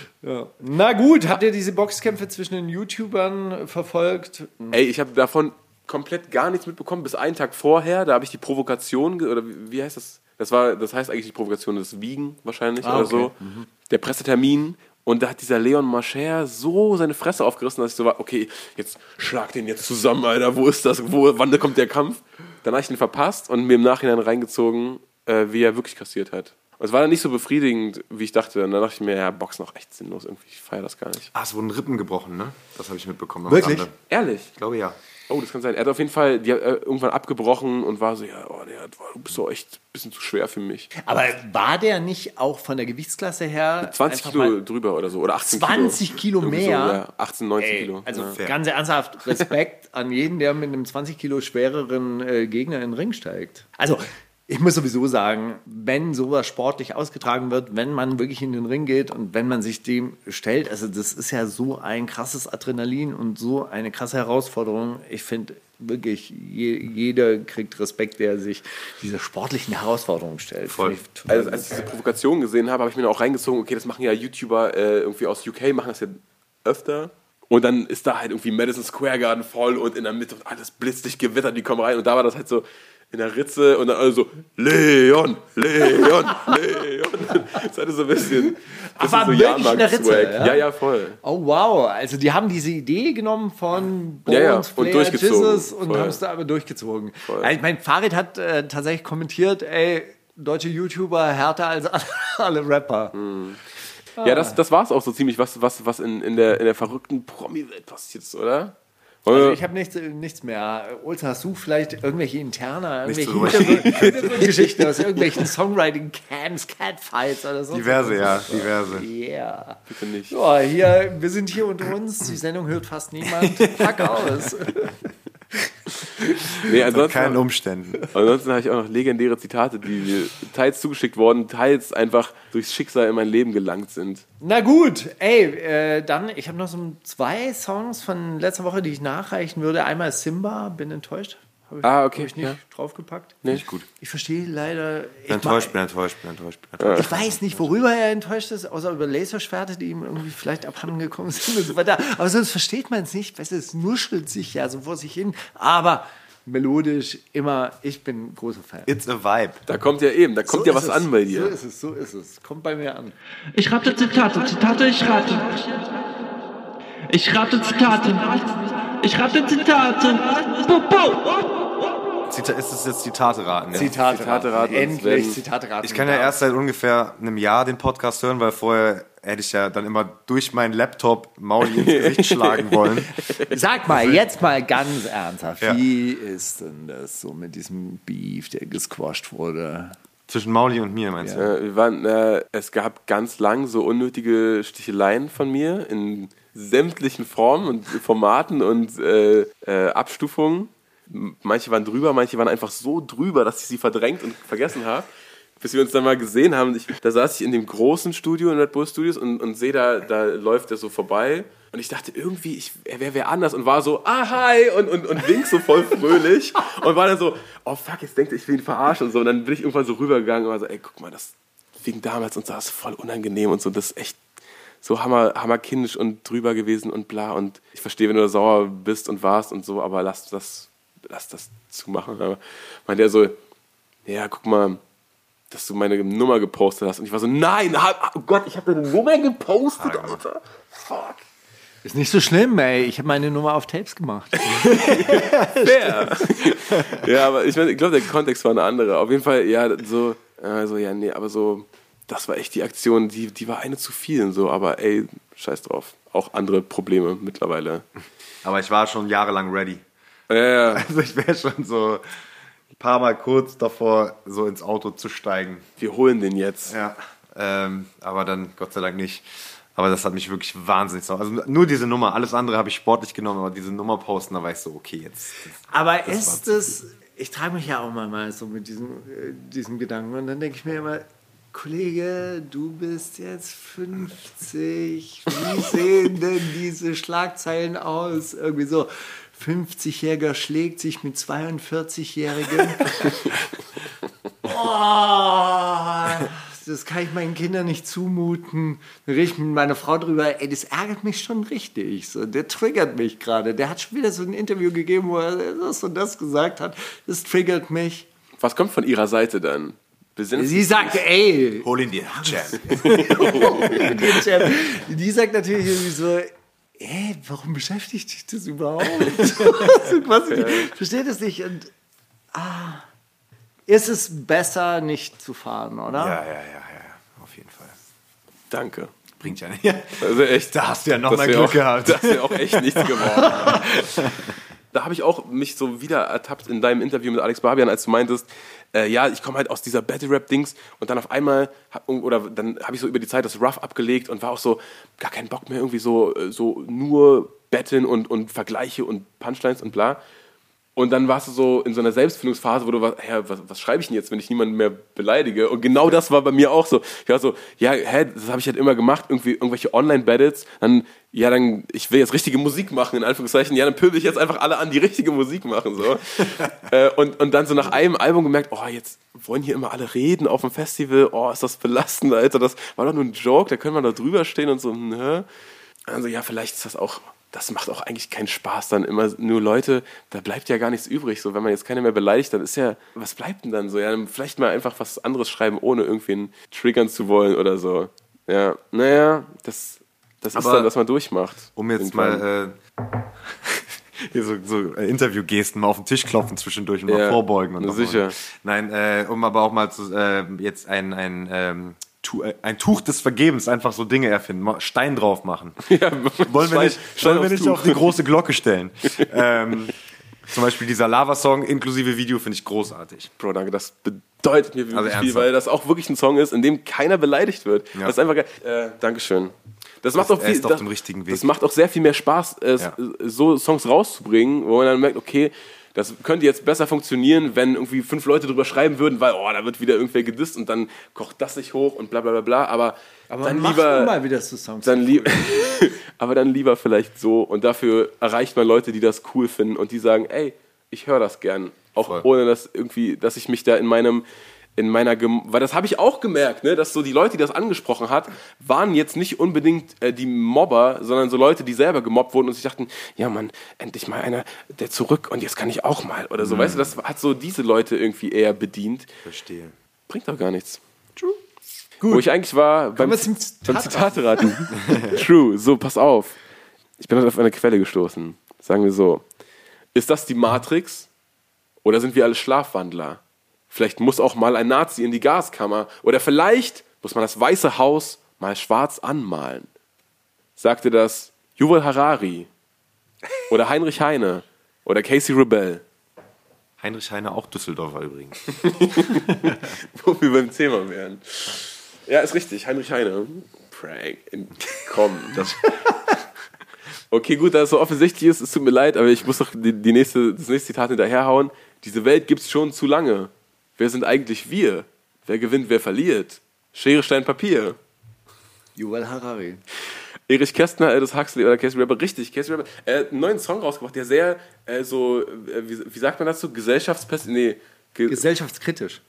Na gut, habt ihr diese Boxkämpfe zwischen den YouTubern verfolgt? Ey, ich habe davon komplett gar nichts mitbekommen, bis einen Tag vorher. Da habe ich die Provokation, oder wie heißt das? Das heißt eigentlich die Provokation des Wiegen wahrscheinlich oder okay. so. Der Pressetermin. Und da hat dieser Leon Mascher so seine Fresse aufgerissen, dass ich so war, okay, jetzt schlag den jetzt zusammen, Alter. Wo ist das? Wann kommt der Kampf? Dann habe ich ihn verpasst und mir im Nachhinein reingezogen, wie er wirklich kassiert hat. Und es war dann nicht so befriedigend, wie ich dachte. Und dann dachte ich mir, ja, Boxen noch echt sinnlos irgendwie. Ich feiere das gar nicht. Ah, es wurden Rippen gebrochen, ne? Das habe ich mitbekommen. am Wirklich? Rande. Ehrlich? Ich glaube, ja. Oh, das kann sein. Er hat auf jeden Fall irgendwann abgebrochen und war so, ja, oh, du bist so echt ein bisschen zu schwer für mich. Aber war der nicht auch von der Gewichtsklasse her 20 einfach Kilo mal drüber oder so. Oder 18 20 Kilo Irgendwie mehr? So, ja, 18, 19 Kilo. Also ja. ganz ernsthaft, Respekt an jeden, der mit einem 20 Kilo schwereren Gegner in den Ring steigt. Also ich muss sowieso sagen, wenn sowas sportlich ausgetragen wird, wenn man wirklich in den Ring geht und wenn man sich dem stellt, also das ist ja so ein krasses Adrenalin und so eine krasse Herausforderung. Ich finde wirklich, jeder kriegt Respekt, der sich dieser sportlichen Herausforderung stellt. Voll. Finde ich total Also, als ich diese Provokation gesehen habe, habe ich mir auch reingezogen, okay, das machen ja YouTuber irgendwie aus UK, machen das ja öfter. Und dann ist da halt irgendwie Madison Square Garden voll und in der Mitte und alles blitzlich gewittert, die kommen rein. Und da war das halt so in der Ritze und dann alle so, Leon. Das hatte so ein bisschen Aber so wirklich in der Ritze, Jahrmarkt-Swag. ja? Ja, voll. Oh wow, also die haben diese Idee genommen von Bones, Ja, und Flair, durchgezogen. Jesus und Voll. haben es da aber durchgezogen. Voll. Ja, ich mein Farid hat tatsächlich kommentiert, ey, deutsche YouTuber härter als alle Rapper. Ja, das war es auch so ziemlich, was in der verrückten Promi-Welt passiert ist, oder? Also ich habe nichts mehr. Olsen, hast du vielleicht irgendwelche interner, Nichts irgendwelche Hintergrundgeschichten aus irgendwelchen Songwriting-Camps, Catfights oder so? Diverse. Yeah. Bitte nicht. Ja, wir sind hier unter uns. Die Sendung hört fast niemand. Pack aus. Nee, Unter keinen Umständen. Ansonsten habe ich auch noch legendäre Zitate, die mir teils zugeschickt worden, teils einfach durchs Schicksal in mein Leben gelangt sind. Na gut, ey, dann, ich habe noch so 2 Songs von letzter Woche, die ich nachreichen würde. Einmal Simba, bin enttäuscht. Okay. Hab ich nicht draufgepackt. Nee. Nicht gut. Ich verstehe leider... Bin enttäuscht. Ich weiß nicht, worüber er enttäuscht ist, außer über Laserschwerte, die ihm irgendwie vielleicht abhanden gekommen sind und so weiter. Aber sonst versteht man es nicht, weil es nuschelt sich ja so vor sich hin. Aber melodisch immer, ich bin großer Fan. It's a vibe. Da kommt ja was an bei dir. So ist es. Kommt bei mir an. Ich rate Zitate, ich rate. Ich rate Zitate. Ich rate Zitate. Ist es jetzt Zitate raten? Ja? Zitate raten. Endlich Endlich Zitate raten. Ich kann ja erst seit ungefähr einem Jahr den Podcast hören, weil vorher hätte ich ja dann immer durch meinen Laptop Mauli ins Gesicht schlagen wollen. Sag mal, jetzt mal ganz ernsthaft, Ja. wie ist denn das so mit diesem Beef, der gesquasht wurde? Zwischen Mauli und mir, meinst du? Wir waren, es gab ganz lang so unnötige Sticheleien von mir in sämtlichen Formen und Formaten und Abstufungen. Manche waren drüber, manche waren einfach so drüber, dass ich sie verdrängt und vergessen habe. Bis wir uns dann mal gesehen haben, da saß ich in dem großen Studio, in Red Bull Studios und sehe, da läuft er so vorbei. Und ich dachte irgendwie, er wäre anders und war so, hi, und wink so voll fröhlich. Und war dann so, oh fuck, jetzt denkt er, ich will ihn verarschen und so. Und dann bin ich irgendwann so rübergegangen und war so, ey, guck mal, das wegen damals und so, das ist voll unangenehm und so, das ist echt so hammerkindisch und drüber gewesen und bla. Und ich verstehe, wenn du da sauer bist und warst und so, aber lass das zumachen. Aber meinte er so, ja, guck mal, dass du meine Nummer gepostet hast. Und ich war so, nein, oh Gott, ich habe deine Nummer gepostet, Alter. Fuck. Ist nicht so schlimm, ey. Ich habe meine Nummer auf Tapes gemacht. Fair. Ja, aber ich glaube, der Kontext war eine andere. Auf jeden Fall, ja, so, ja, nee, aber so, das war echt die Aktion, die war eine zu viel. So, aber ey, scheiß drauf. Auch andere Probleme mittlerweile. Aber ich war schon jahrelang ready. Ja. Also ich wäre schon so ein paar Mal kurz davor, so ins Auto zu steigen. Wir holen den jetzt. Ja, aber dann Gott sei Dank nicht. Aber das hat mich wirklich wahnsinnig sauer. Also nur diese Nummer, alles andere habe ich sportlich genommen, aber diese Nummer posten, da war ich so, okay, jetzt. Aber ist es, ich trage mich ja auch mal so mit diesem Gedanken und dann denke ich mir immer, Kollege, du bist jetzt 50, wie sehen denn diese Schlagzeilen aus? Irgendwie so, 50-Jähriger schlägt sich mit 42-Jährigen. Das kann ich meinen Kindern nicht zumuten. Da rede ich mit meiner Frau drüber, ey, das ärgert mich schon richtig. So, der triggert mich gerade. Der hat schon wieder so ein Interview gegeben, wo er das und das gesagt hat. Das triggert mich. Was kommt von ihrer Seite dann? Sie sagt, ey. Hol ihn dir, Champ. Die sagt natürlich irgendwie so, ey, warum beschäftigt dich das überhaupt? So quasi, ich verstehe das nicht. Und, ist es besser, nicht zu fahren, oder? Ja, auf jeden Fall. Danke. Bringt ja nicht. Also echt, Da hast du ja noch das mal wär Glück auch, gehabt. Das wäre auch echt nichts geworden. Da habe ich auch mich so wieder ertappt in deinem Interview mit Alex Barbian, als du meintest, ja, ich komme halt aus dieser Battle-Rap-Dings und dann auf einmal, dann habe ich so über die Zeit das Rough abgelegt und war auch so, gar keinen Bock mehr irgendwie so nur Battlen und Vergleiche und Punchlines und bla. Und dann warst du so in so einer Selbstfindungsphase, wo du warst, was schreibe ich denn jetzt, wenn ich niemanden mehr beleidige? Und genau das war bei mir auch so. Ich war so, das habe ich halt immer gemacht, irgendwelche Online-Battles. Dann, ich will jetzt richtige Musik machen, in Anführungszeichen. Ja, dann pöbel ich jetzt einfach alle an, die richtige Musik machen. So. und dann so nach einem Album gemerkt, jetzt wollen hier immer alle reden auf dem Festival. Oh, ist das belastend, Alter. Das war doch nur ein Joke, da können wir da drüber stehen und so. Also ja, vielleicht ist das auch... Das macht auch eigentlich keinen Spaß, dann immer nur Leute, da bleibt ja gar nichts übrig. So, wenn man jetzt keiner mehr beleidigt, dann ist ja, was bleibt denn dann so? Ja, dann vielleicht mal einfach was anderes schreiben, ohne irgendwen triggern zu wollen oder so. Ja, naja, das ist dann, was man durchmacht. Um jetzt mal hier so Interviewgesten mal auf den Tisch klopfen zwischendurch und mal vorbeugen. Und sicher. Nein, um aber auch mal jetzt ein Tuch des Vergebens, einfach so Dinge erfinden, Stein drauf machen. Ja, wollen wir nicht auf die große Glocke stellen. Zum Beispiel dieser Lava-Song inklusive Video finde ich großartig. Bro, danke, das bedeutet mir wirklich viel, weil das auch wirklich ein Song ist, in dem keiner beleidigt wird. Ja. Das ist einfach geil. Dankeschön. Das macht auch viel, auf dem richtigen Weg. Das macht auch sehr viel mehr Spaß, so Songs rauszubringen, wo man dann merkt, okay, das könnte jetzt besser funktionieren, wenn irgendwie 5 Leute drüber schreiben würden, weil, da wird wieder irgendwer gedisst und dann kocht das sich hoch und bla bla bla bla. Aber dann lieber mal wieder so Songs. Aber dann lieber vielleicht so und dafür erreicht man Leute, die das cool finden und die sagen, ey, ich höre das gern. Auch voll. Ohne dass irgendwie, dass ich mich da in meiner, weil das habe ich auch gemerkt, ne, dass so die Leute, die das angesprochen hat, waren jetzt nicht unbedingt die Mobber, sondern so Leute, die selber gemobbt wurden und sich dachten, ja Mann, endlich mal einer, der zurück und jetzt kann ich auch mal oder so, weißt du, das hat so diese Leute irgendwie eher bedient. Verstehe. Bringt doch gar nichts. True. Gut. Wo ich eigentlich war, beim Zitate-Raten. True, so, pass auf. Ich bin auf eine Quelle gestoßen. Sagen wir so. Ist das die Matrix oder sind wir alle Schlafwandler? Vielleicht muss auch mal ein Nazi in die Gaskammer. Oder vielleicht muss man das Weiße Haus mal schwarz anmalen? Sagte das Yuval Harari oder Heinrich Heine oder Casey Rebell? Heinrich Heine, auch Düsseldorfer übrigens. Wo wir beim Thema wären. Ja, ist richtig, Heinrich Heine. Prank. Komm. Okay, gut, da es so offensichtlich ist, es tut mir leid, aber ich muss doch das nächste Zitat hinterherhauen. Diese Welt gibt's schon zu lange. Wer sind eigentlich wir? Wer gewinnt, wer verliert? Schere, Stein, Papier. Yuval Harari. Erich Kästner, Aldous Huxley oder Casey Rebel. Richtig, Casey Rebel. Einen neuen Song rausgebracht, der sehr wie sagt man das so? Gesellschaftskritisch.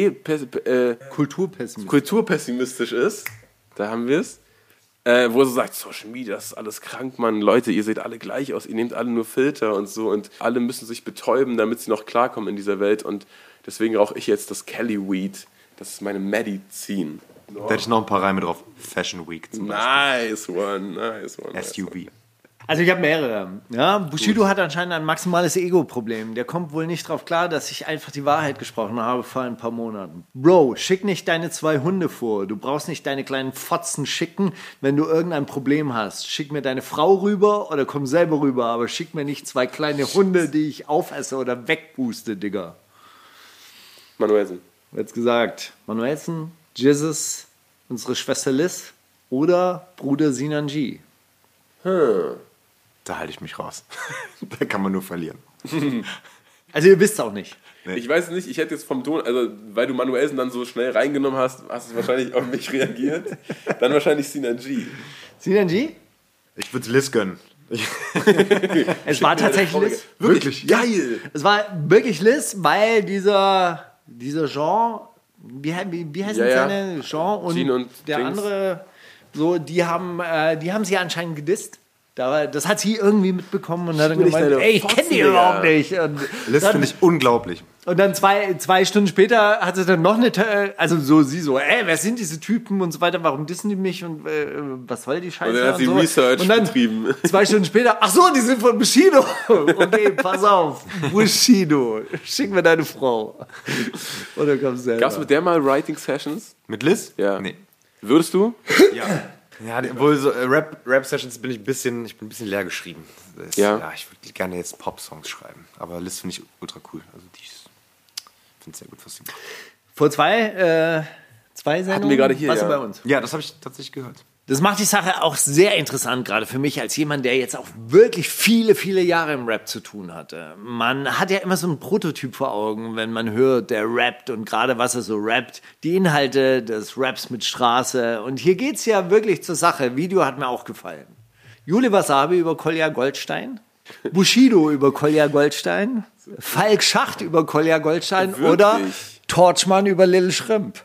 Kulturpessimistisch ist. Da haben wir es. Wo er so sagt, Social Media, das ist alles krank, Mann. Leute, ihr seht alle gleich aus, ihr nehmt alle nur Filter und so und alle müssen sich betäuben, damit sie noch klarkommen in dieser Welt und deswegen rauche ich jetzt das Cali Weed. Das ist meine Medizin. Da hätte ich noch ein paar Reime drauf. Fashion Week zum Beispiel. Nice one. SUV. Also ich habe mehrere. Ja, Bushido hat anscheinend ein maximales Ego-Problem. Der kommt wohl nicht drauf klar, dass ich einfach die Wahrheit gesprochen habe vor ein paar Monaten. Bro, schick nicht deine 2 Hunde vor. Du brauchst nicht deine kleinen Fotzen schicken, wenn du irgendein Problem hast. Schick mir deine Frau rüber oder komm selber rüber, aber schick mir nicht 2 kleine Hunde, die ich aufesse oder wegpuste, Digga. Manuelsen. Jetzt gesagt, Manuelsen, Jesus, unsere Schwester Liz oder Bruder Sinanji. Da halte ich mich raus. Da kann man nur verlieren. Also ihr wisst es auch nicht. Nee. Ich weiß nicht, ich hätte jetzt vom Ton, also weil du Manuelsen dann so schnell reingenommen hast, hast du wahrscheinlich auf mich reagiert. Dann wahrscheinlich Sinanji. Sinanji? Ich würde Liz gönnen. Es war tatsächlich Liz. Wirklich? Geil! Es war wirklich Liz, weil dieser Jean, wie heißen seine? Jean und der Dings. andere, so, die haben sie anscheinend gedisst. Das hat sie irgendwie mitbekommen und hat dann gemeint, ey, ich kenne die überhaupt nicht. Und Liz finde ich unglaublich. Und dann zwei Stunden später hat sie dann noch eine, wer sind diese Typen und so weiter, warum dissen die mich und was soll die Scheiße? Und dann hat sie so. Research und dann betrieben. 2 Stunden später, ach so, die sind von Bushido. Okay, pass auf, Bushido, schick mir deine Frau. Und dann kommst du selber. Gab es mit der mal Writing Sessions? Mit Liz? Ja. Nee. Würdest du? Ja. Ja, wohl so Rap-Sessions bin ich bin ein bisschen leer geschrieben. Ja. Ich würde gerne jetzt Pop-Songs schreiben. Aber Liz finde ich ultra cool. Also ich finde es sehr gut, was sie macht. Vor zwei Sendungen Hatten wir gerade hier, warst du ja. bei uns. Ja, das habe ich tatsächlich gehört. Das macht die Sache auch sehr interessant, gerade für mich als jemand, der jetzt auch wirklich viele, viele Jahre im Rap zu tun hatte. Man hat ja immer so einen Prototyp vor Augen, wenn man hört, der rappt und gerade was er so rappt, die Inhalte des Raps mit Straße. Und hier geht's ja wirklich zur Sache. Video hat mir auch gefallen. Juli Wasabi über Kolja Goldstein, Bushido über Kolja Goldstein, Falk Schacht über Kolja Goldstein oder Torchmann über Lil Shrimp.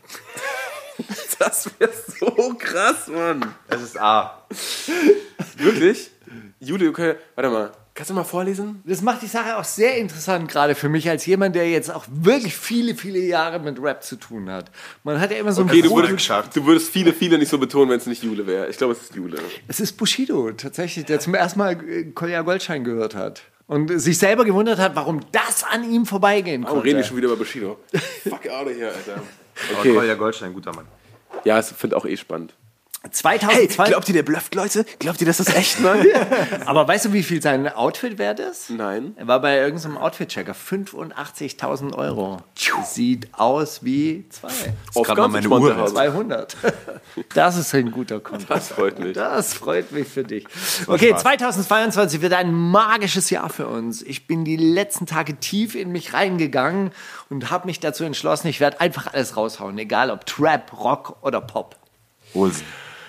Das wäre so krass, Mann. Es ist A. Wirklich? Juli, okay. Warte mal. Kannst du mal vorlesen? Das macht die Sache auch sehr interessant, gerade für mich als jemand, der jetzt auch wirklich viele, viele Jahre mit Rap zu tun hat. Man hat ja immer so ein Okay, du Prototyp. würdest viele nicht so betonen, wenn es nicht Jule wäre. Ich glaube, es ist Jule. Es ist Bushido tatsächlich, der zum ersten Mal Kolja Goldstein gehört hat. Und sich selber gewundert hat, warum das an ihm vorbeigehen Warum konnte. reden wir schon wieder über Bushido? Fuck out of here, Alter. Okay. Aber Kolja Goldstein, guter Mann. Ja, ich finde auch spannend. 2002. glaubt ihr, der blufft, Leute? Glaubt ihr, das ist echt, Mann? Aber weißt du, wie viel sein Outfit wert ist? Nein. Er war bei irgendeinem Outfit-Checker. 85.000 €. Sieht aus wie 2. Auf grad mal meine Uhr. 200. Das ist ein guter Content. Das freut mich. Das freut mich für dich. Okay, 2022 wird ein magisches Jahr für uns. Ich bin die letzten Tage tief in mich reingegangen und habe mich dazu entschlossen, ich werde einfach alles raushauen. Egal ob Trap, Rock oder Pop. Olsen.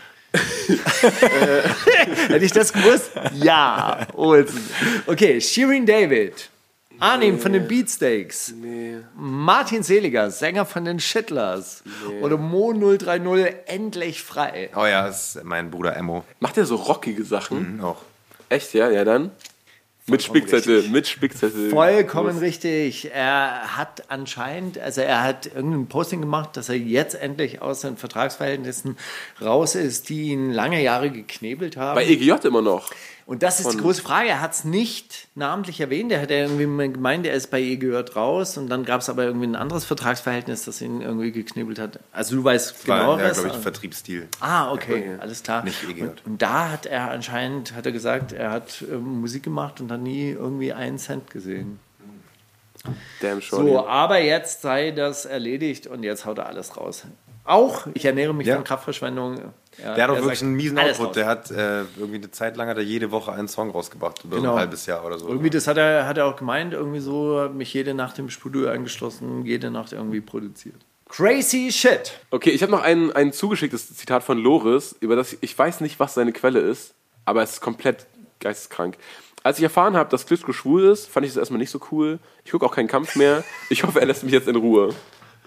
Hätte ich das gewusst? Ja, Olsen. Okay, Shirin David. Arnim von den Beatsteaks. Martin Seliger, Sänger von den Shitlers. Oder Mo 030, endlich frei. Oh ja, das ist mein Bruder Emmo. Macht er so rockige Sachen? Auch. Echt, ja? Ja, dann. Mit Spickzettel. Vollkommen richtig. Er hat anscheinend, er hat irgendein Posting gemacht, dass er jetzt endlich aus den Vertragsverhältnissen raus ist, die ihn lange Jahre geknebelt haben. Bei EGJ immer noch. Und das ist die große Frage. Er hat es nicht namentlich erwähnt. Er hat ja irgendwie gemeint, er ist bei ihr gehört raus. Und dann gab es aber irgendwie ein anderes Vertragsverhältnis, das ihn irgendwie geknebelt hat. Also du weißt genau, ja, was. glaube ich, Vertriebsstil. Ah, okay, alles klar. Nicht gehört. Und da hat er anscheinend, hat er gesagt, er hat Musik gemacht und hat nie irgendwie einen Cent gesehen. Damn shorty. So, aber jetzt sei das erledigt und jetzt haut er alles raus. Auch, ich ernähre mich von Kraftverschwendung. Der hat auch wirklich sagt, einen miesen alles Output. raus. Der hat irgendwie eine Zeit lang hat er jede Woche einen Song rausgebracht. Über so ein halbes Jahr oder so. Irgendwie, das hat er auch gemeint, irgendwie so, hat mich jede Nacht im Studio eingeschlossen, jede Nacht irgendwie produziert. Crazy shit. Okay, ich habe noch ein zugeschicktes Zitat von Loris, über das ich weiß nicht, was seine Quelle ist, aber es ist komplett geisteskrank. Als ich erfahren habe, dass Klitschko schwul ist, fand ich das erstmal nicht so cool. Ich gucke auch keinen Kampf mehr. Ich hoffe, er lässt mich jetzt in Ruhe.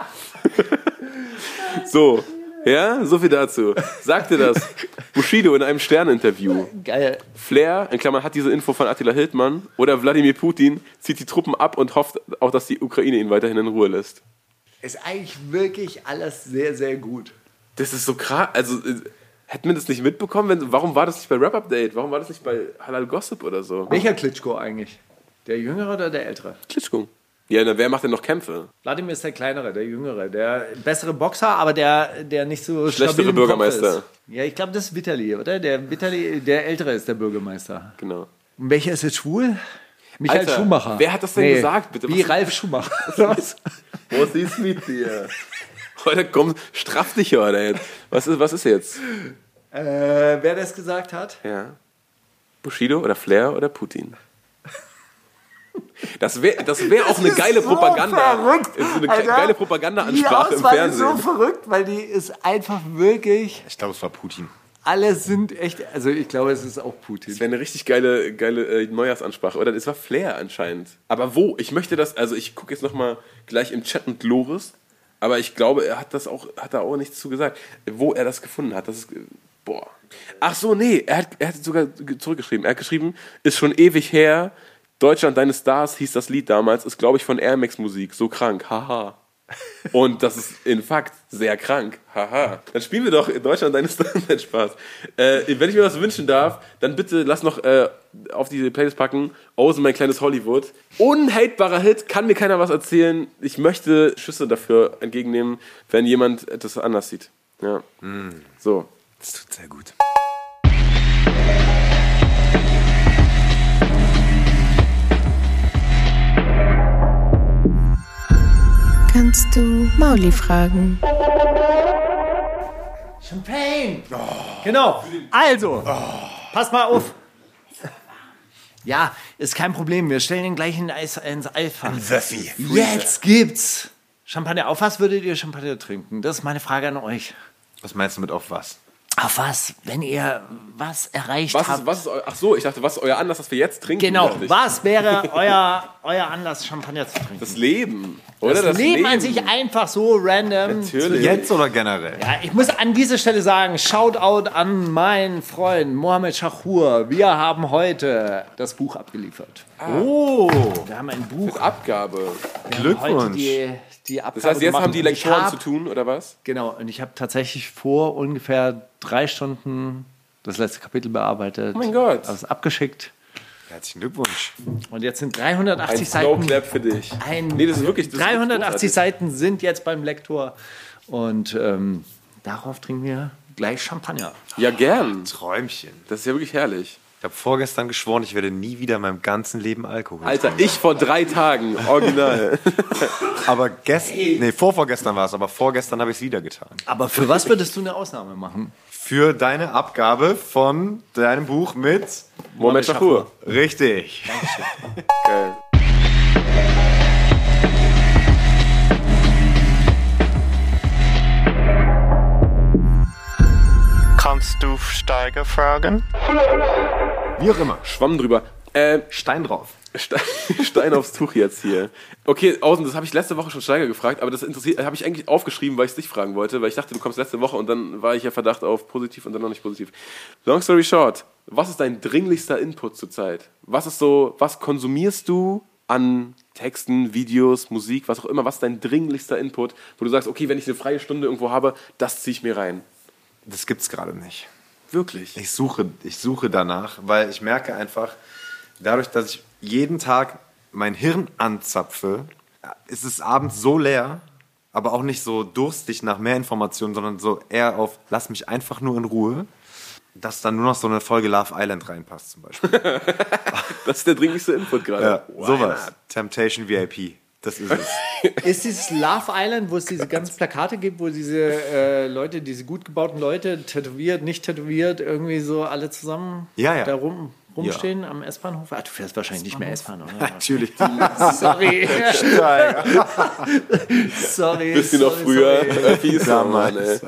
So, ja, so viel dazu. Sagte das Bushido in einem Stern-Interview. Geil. Flair, in Klammern, hat diese Info von Attila Hildmann, oder Wladimir Putin zieht die Truppen ab und hofft auch, dass die Ukraine ihn weiterhin in Ruhe lässt. Ist eigentlich wirklich alles sehr, sehr gut. Das ist so krass. Also, hätten wir das nicht mitbekommen? Warum war das nicht bei Rap Update? Warum war das nicht bei Halal Gossip oder so? Welcher Klitschko eigentlich? Der Jüngere oder der Ältere? Klitschko. Ja, na, wer macht denn noch Kämpfe? Wladimir ist der Kleinere, der Jüngere, der bessere Boxer, aber der nicht so Schlechtere stabil im Bürgermeister. Kopf ist. Ja, ich glaube, das ist Vitali, oder? Der Ältere ist der Bürgermeister. Genau. Und welcher ist jetzt schwul? Michael Alter, Schumacher. wer hat das denn gesagt, bitte? Wie Was- Ralf Schumacher. Oder was? Was ist mit dir? Heute komm, straff dich heute jetzt. Was ist jetzt? Wer das gesagt hat? Ja. Bushido oder Flair oder Putin? Das wär auch eine geile Propaganda. verrückt, So eine Alter. geile Propaganda-Ansprache Die im Auswahl Fernsehen. ist so verrückt, weil die ist einfach wirklich, Ich glaube, es war Putin. alle sind echt, also ich glaube, es ist auch Putin. Das wäre eine richtig geile Neujahrsansprache. Oder es war Flair anscheinend. Aber wo? Ich möchte das, also ich gucke jetzt nochmal gleich im Chat mit Loris, aber ich glaube, er hat da auch nichts zu gesagt. Wo er das gefunden hat, das ist, boah. Ach so, nee, er hat sogar zurückgeschrieben. Er hat geschrieben, ist schon ewig her, Deutschland, deine Stars hieß das Lied damals, ist glaube ich von Air Max Musik, so krank, haha. Und das ist in Fakt sehr krank, haha. Dann spielen wir doch in Deutschland, deine Stars, nein, Spaß. Wenn ich mir was wünschen darf, dann bitte lass noch auf diese Playlist packen, Ozen, mein kleines Hollywood. Unhatebarer Hit, kann mir keiner was erzählen. Ich möchte Schüsse dafür entgegennehmen, wenn jemand etwas anders sieht. Ja. So. Das tut sehr gut. Kannst du Mauli fragen? Champagne! Genau. Also, passt mal auf. Ja, ist kein Problem. Wir stellen ihn gleich ins Eifach. Wöffi. Jetzt gibt's Champagner. Auf was würdet ihr Champagner trinken? Das ist meine Frage an euch. Was meinst du mit auf was? Auf was, wenn ihr was erreicht Was habt? ist ach so, ich dachte, was ist euer Anlass, dass wir jetzt trinken? Genau, dachte ich. was wäre euer Anlass, Champagner zu trinken? Das Leben. Oder Das Leben an sich einfach so random. Natürlich. Jetzt oder generell? Ja, ich muss an dieser Stelle sagen, Shoutout an meinen Freund Mohammed Shahur. Wir haben heute das Buch abgeliefert. Oh, Wir haben ein Buch. Abgabe. Heute Glückwunsch. die Abgabe Das heißt, jetzt gemacht. haben die Und ich Lektoren hab- zu tun, oder was? Genau, und ich habe tatsächlich vor ungefähr 3 Stunden das letzte Kapitel bearbeitet. Oh mein Gott. Alles abgeschickt. Herzlichen Glückwunsch. Und jetzt sind Ein 380 Slow Seiten. Clap für dich. Nee, das ist wirklich... Das ist 380 großartig. Seiten sind jetzt beim Lektor. Und darauf trinken wir gleich Champagner. Ja, gern. Träumchen. Das ist ja wirklich herrlich. Ich habe vorgestern geschworen, ich werde nie wieder in meinem ganzen Leben Alkohol Alter, ich vor 3 Tagen, original. Aber vorvorgestern war es, aber vorgestern habe ich es wieder getan. Aber für was würdest du eine Ausnahme machen? Für deine Abgabe von deinem Buch mit Mohammed Shahur. Richtig. Geil. Kannst du Steiger fragen? Wie auch immer. Schwamm drüber. Stein drauf. Stein aufs Tuch jetzt hier. Okay, Außen, das habe ich letzte Woche schon Steiger gefragt, aber das interessiert, habe ich eigentlich aufgeschrieben, weil ich es dich fragen wollte, weil ich dachte, du kommst letzte Woche und dann war ich ja Verdacht auf positiv und dann noch nicht positiv. Long story short, was ist dein dringlichster Input zurzeit? Was konsumierst du an Texten, Videos, Musik, was auch immer, was ist dein dringlichster Input, wo du sagst, okay, wenn ich eine freie Stunde irgendwo habe, das ziehe ich mir rein. Das gibt's gerade nicht. Wirklich? Ich suche danach, weil ich merke einfach, dadurch, dass ich jeden Tag mein Hirn anzapfe, ist es abends so leer, aber auch nicht so durstig nach mehr Informationen, sondern so eher auf, lass mich einfach nur in Ruhe, dass dann nur noch so eine Folge Love Island reinpasst zum Beispiel. Das ist der dringlichste Input gerade. Ja, sowas. Temptation VIP. Das ist es. Ist dieses Love Island, wo es diese ganzen Plakate gibt, wo diese Leute, diese gut gebauten Leute, tätowiert, nicht tätowiert, irgendwie so alle zusammen da rumstehen am S-Bahnhof? Ah, du fährst wahrscheinlich nicht mehr S-Bahn, oder? Natürlich. Sorry. Sorry. Bisschen noch früher. Damals.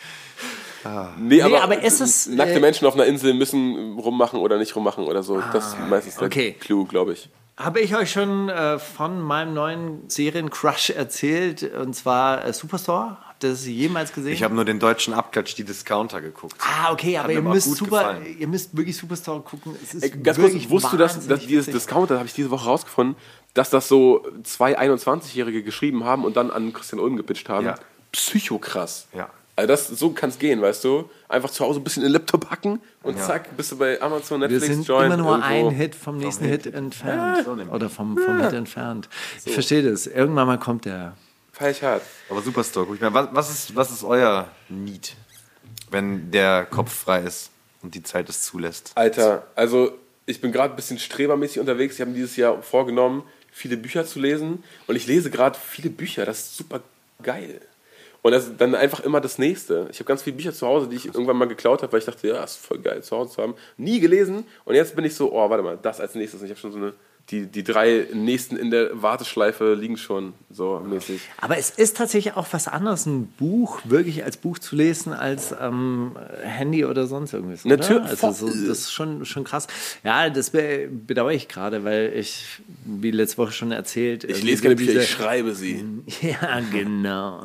Nee, aber ist es... nackte Menschen auf einer Insel müssen rummachen oder nicht rummachen oder so. Das ist meistens der Clou, glaube ich. Habe ich euch schon von meinem neuen Seriencrush erzählt, und zwar Superstore? Habt ihr das jemals gesehen? Ich habe nur den deutschen Abklatsch, die Discounter geguckt. Ah, okay, aber ihr müsst wirklich Superstore gucken. Es ist ganz kurz, wusstest du, dass dieses Discounter, habe ich diese Woche rausgefunden, dass das so 2 21-Jährige geschrieben haben und dann an Christian Ulm gepitcht haben? Ja. Psychokrass. Ja. Also so kann es gehen, weißt du? Einfach zu Hause ein bisschen in den Laptop hacken und zack, bist du bei Amazon, Netflix, Wir sind Join. immer nur irgendwo. ein Hit vom nächsten Hit entfernt. Oder vom Hit entfernt. Ich verstehe das. Irgendwann mal kommt der. Feier ich hart. Aber Superstore, guck ich mal, was ist euer Need, wenn der Kopf frei ist und die Zeit es zulässt? Alter, also ich bin gerade ein bisschen strebermäßig unterwegs. Ich habe mir dieses Jahr vorgenommen, viele Bücher zu lesen. Und ich lese gerade viele Bücher. Das ist super geil. Und das ist dann einfach immer das Nächste. Ich habe ganz viele Bücher zu Hause, die ich irgendwann mal geklaut habe, weil ich dachte, ja, ist voll geil zu Hause zu haben. Nie gelesen. Und jetzt bin ich so, oh, warte mal, das als nächstes. Und ich habe schon so eine... Die 3 nächsten in der Warteschleife liegen schon so mäßig. Aber es ist tatsächlich auch was anderes, ein Buch wirklich als Buch zu lesen, als Handy oder sonst irgendwas. Natürlich. Also das ist schon krass. Ja, das bedauere ich gerade, weil ich, wie letzte Woche schon erzählt... Ich lese keine Bücher, ich schreibe sie. Ja, genau.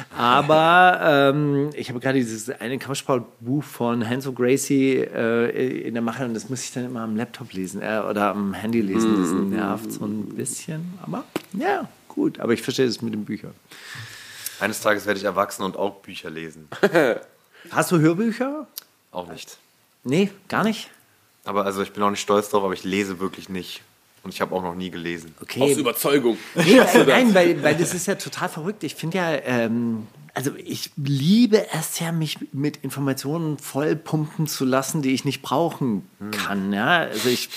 Aber ich habe gerade dieses eine Kampfsportbuch von Hans of Gracie in der Mache, und das muss ich dann immer am Laptop lesen oder am Handy lesen. Das nervt so ein bisschen, aber ja, gut. Aber ich verstehe das mit den Büchern. Eines Tages werde ich erwachsen und auch Bücher lesen. Hast du Hörbücher? Auch nicht. Nee, gar nicht? Aber also ich bin auch nicht stolz drauf, aber ich lese wirklich nicht. Und ich habe auch noch nie gelesen. Okay. Aus Überzeugung. Nee, nein, weil das ist ja total verrückt. Ich finde ja, also ich liebe es ja, mich mit Informationen vollpumpen zu lassen, die ich nicht brauchen kann. Ja? Also ich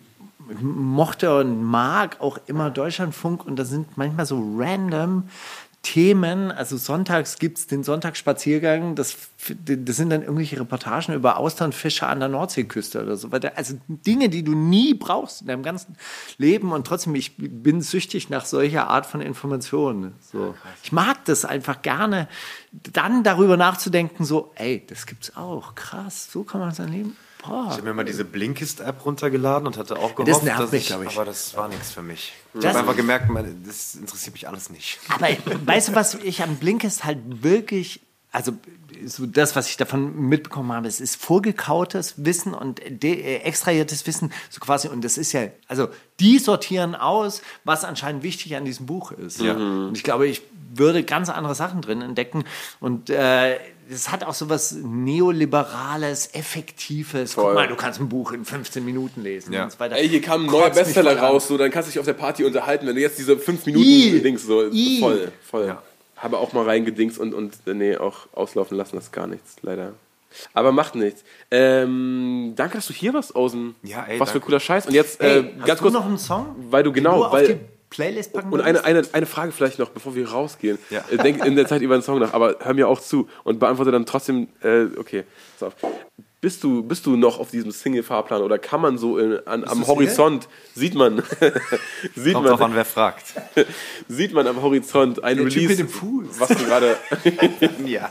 mochte und mag auch immer Deutschlandfunk, und da sind manchmal so random Themen. Also sonntags gibt es den Sonntagsspaziergang, das sind dann irgendwelche Reportagen über Austernfische an der Nordseeküste oder so weiter. Also Dinge, die du nie brauchst in deinem ganzen Leben, und trotzdem, ich bin süchtig nach solcher Art von Informationen. So. Ich mag das einfach gerne, dann darüber nachzudenken, so, ey, das gibt's auch, krass, so kann man sein Leben. Boah. Ich habe mir mal diese Blinkist-App runtergeladen und hatte auch gehofft, das nervt mich, glaube ich. Aber das war nichts für mich. Ich habe einfach gemerkt, das interessiert mich alles nicht. Aber weißt du, was ich am Blinkist halt wirklich, also so das, was ich davon mitbekommen habe, es ist vorgekautes Wissen und extrahiertes Wissen, so quasi, und das ist ja, also die sortieren aus, was anscheinend wichtig an diesem Buch ist. Ja. Und ich glaube, ich würde ganz andere Sachen drin entdecken, und es hat auch so was Neoliberales, Effektives. Voll. Guck mal, du kannst ein Buch in 15 Minuten lesen und so weiter. Ey, hier kam ein neuer Bestseller raus, so, dann kannst du dich auf der Party unterhalten, wenn du jetzt diese 5 Minuten Dings so voll. Ja. Habe auch mal reingedingst und nee, auch auslaufen lassen, das ist gar nichts, leider. Aber macht nichts. Danke, dass du hier warst, Außen. Ja, ey, was für cooler Scheiß. Und jetzt hast ganz du kurz noch einen Song? Weil du genau, auf die Playlist packen und eine Frage vielleicht noch, bevor wir rausgehen. Ja. Denk in der Zeit über einen Song nach, aber hör mir auch zu und beantworte dann trotzdem, okay, pass auf. Bist du noch auf diesem Single-Fahrplan oder kann man so am Horizont, sieht man drauf an, wer fragt. Sieht man am Horizont ein Release, Typ mit dem Fuß. was du gerade... Ja.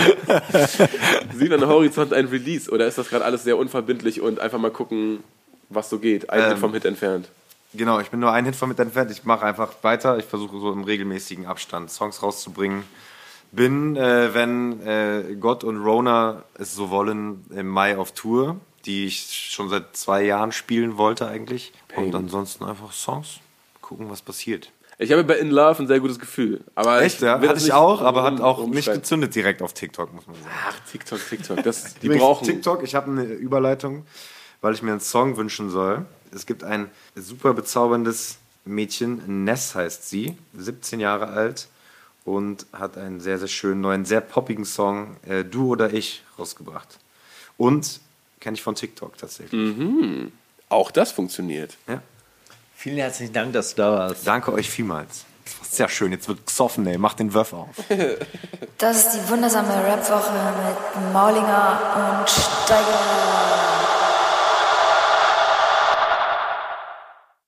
Sieht man am Horizont ein Release oder ist das gerade alles sehr unverbindlich und einfach mal gucken, was so geht? Ein Hit vom Hit entfernt. Genau, ich bin nur ein Hit vom Hit entfernt. Ich mache einfach weiter. Ich versuche so im regelmäßigen Abstand Songs rauszubringen. Bin, wenn Gott und Rona es so wollen, im Mai auf Tour, die ich schon seit 2 Jahren spielen wollte eigentlich. Und ansonsten einfach Songs, gucken, was passiert. Ich habe bei In Love ein sehr gutes Gefühl. Aber Echt, ja? Hatte ich auch, aber hat auch nicht gezündet direkt auf TikTok, muss man sagen. Ach, TikTok. Die Übrigens, brauchen... TikTok, ich habe eine Überleitung, weil ich mir einen Song wünschen soll. Es gibt ein super bezauberndes Mädchen, Ness heißt sie, 17 Jahre alt und hat einen sehr, sehr schönen, neuen, sehr poppigen Song, Du oder Ich, rausgebracht. Und kenne ich von TikTok tatsächlich. Auch das funktioniert. Ja. Vielen herzlichen Dank, dass du da warst. Danke euch vielmals. Das war sehr schön. Jetzt wird gesoffen, ey. Macht den Wurf auf. Das ist die wundersame Rap-Woche mit Maulinger und Steiger.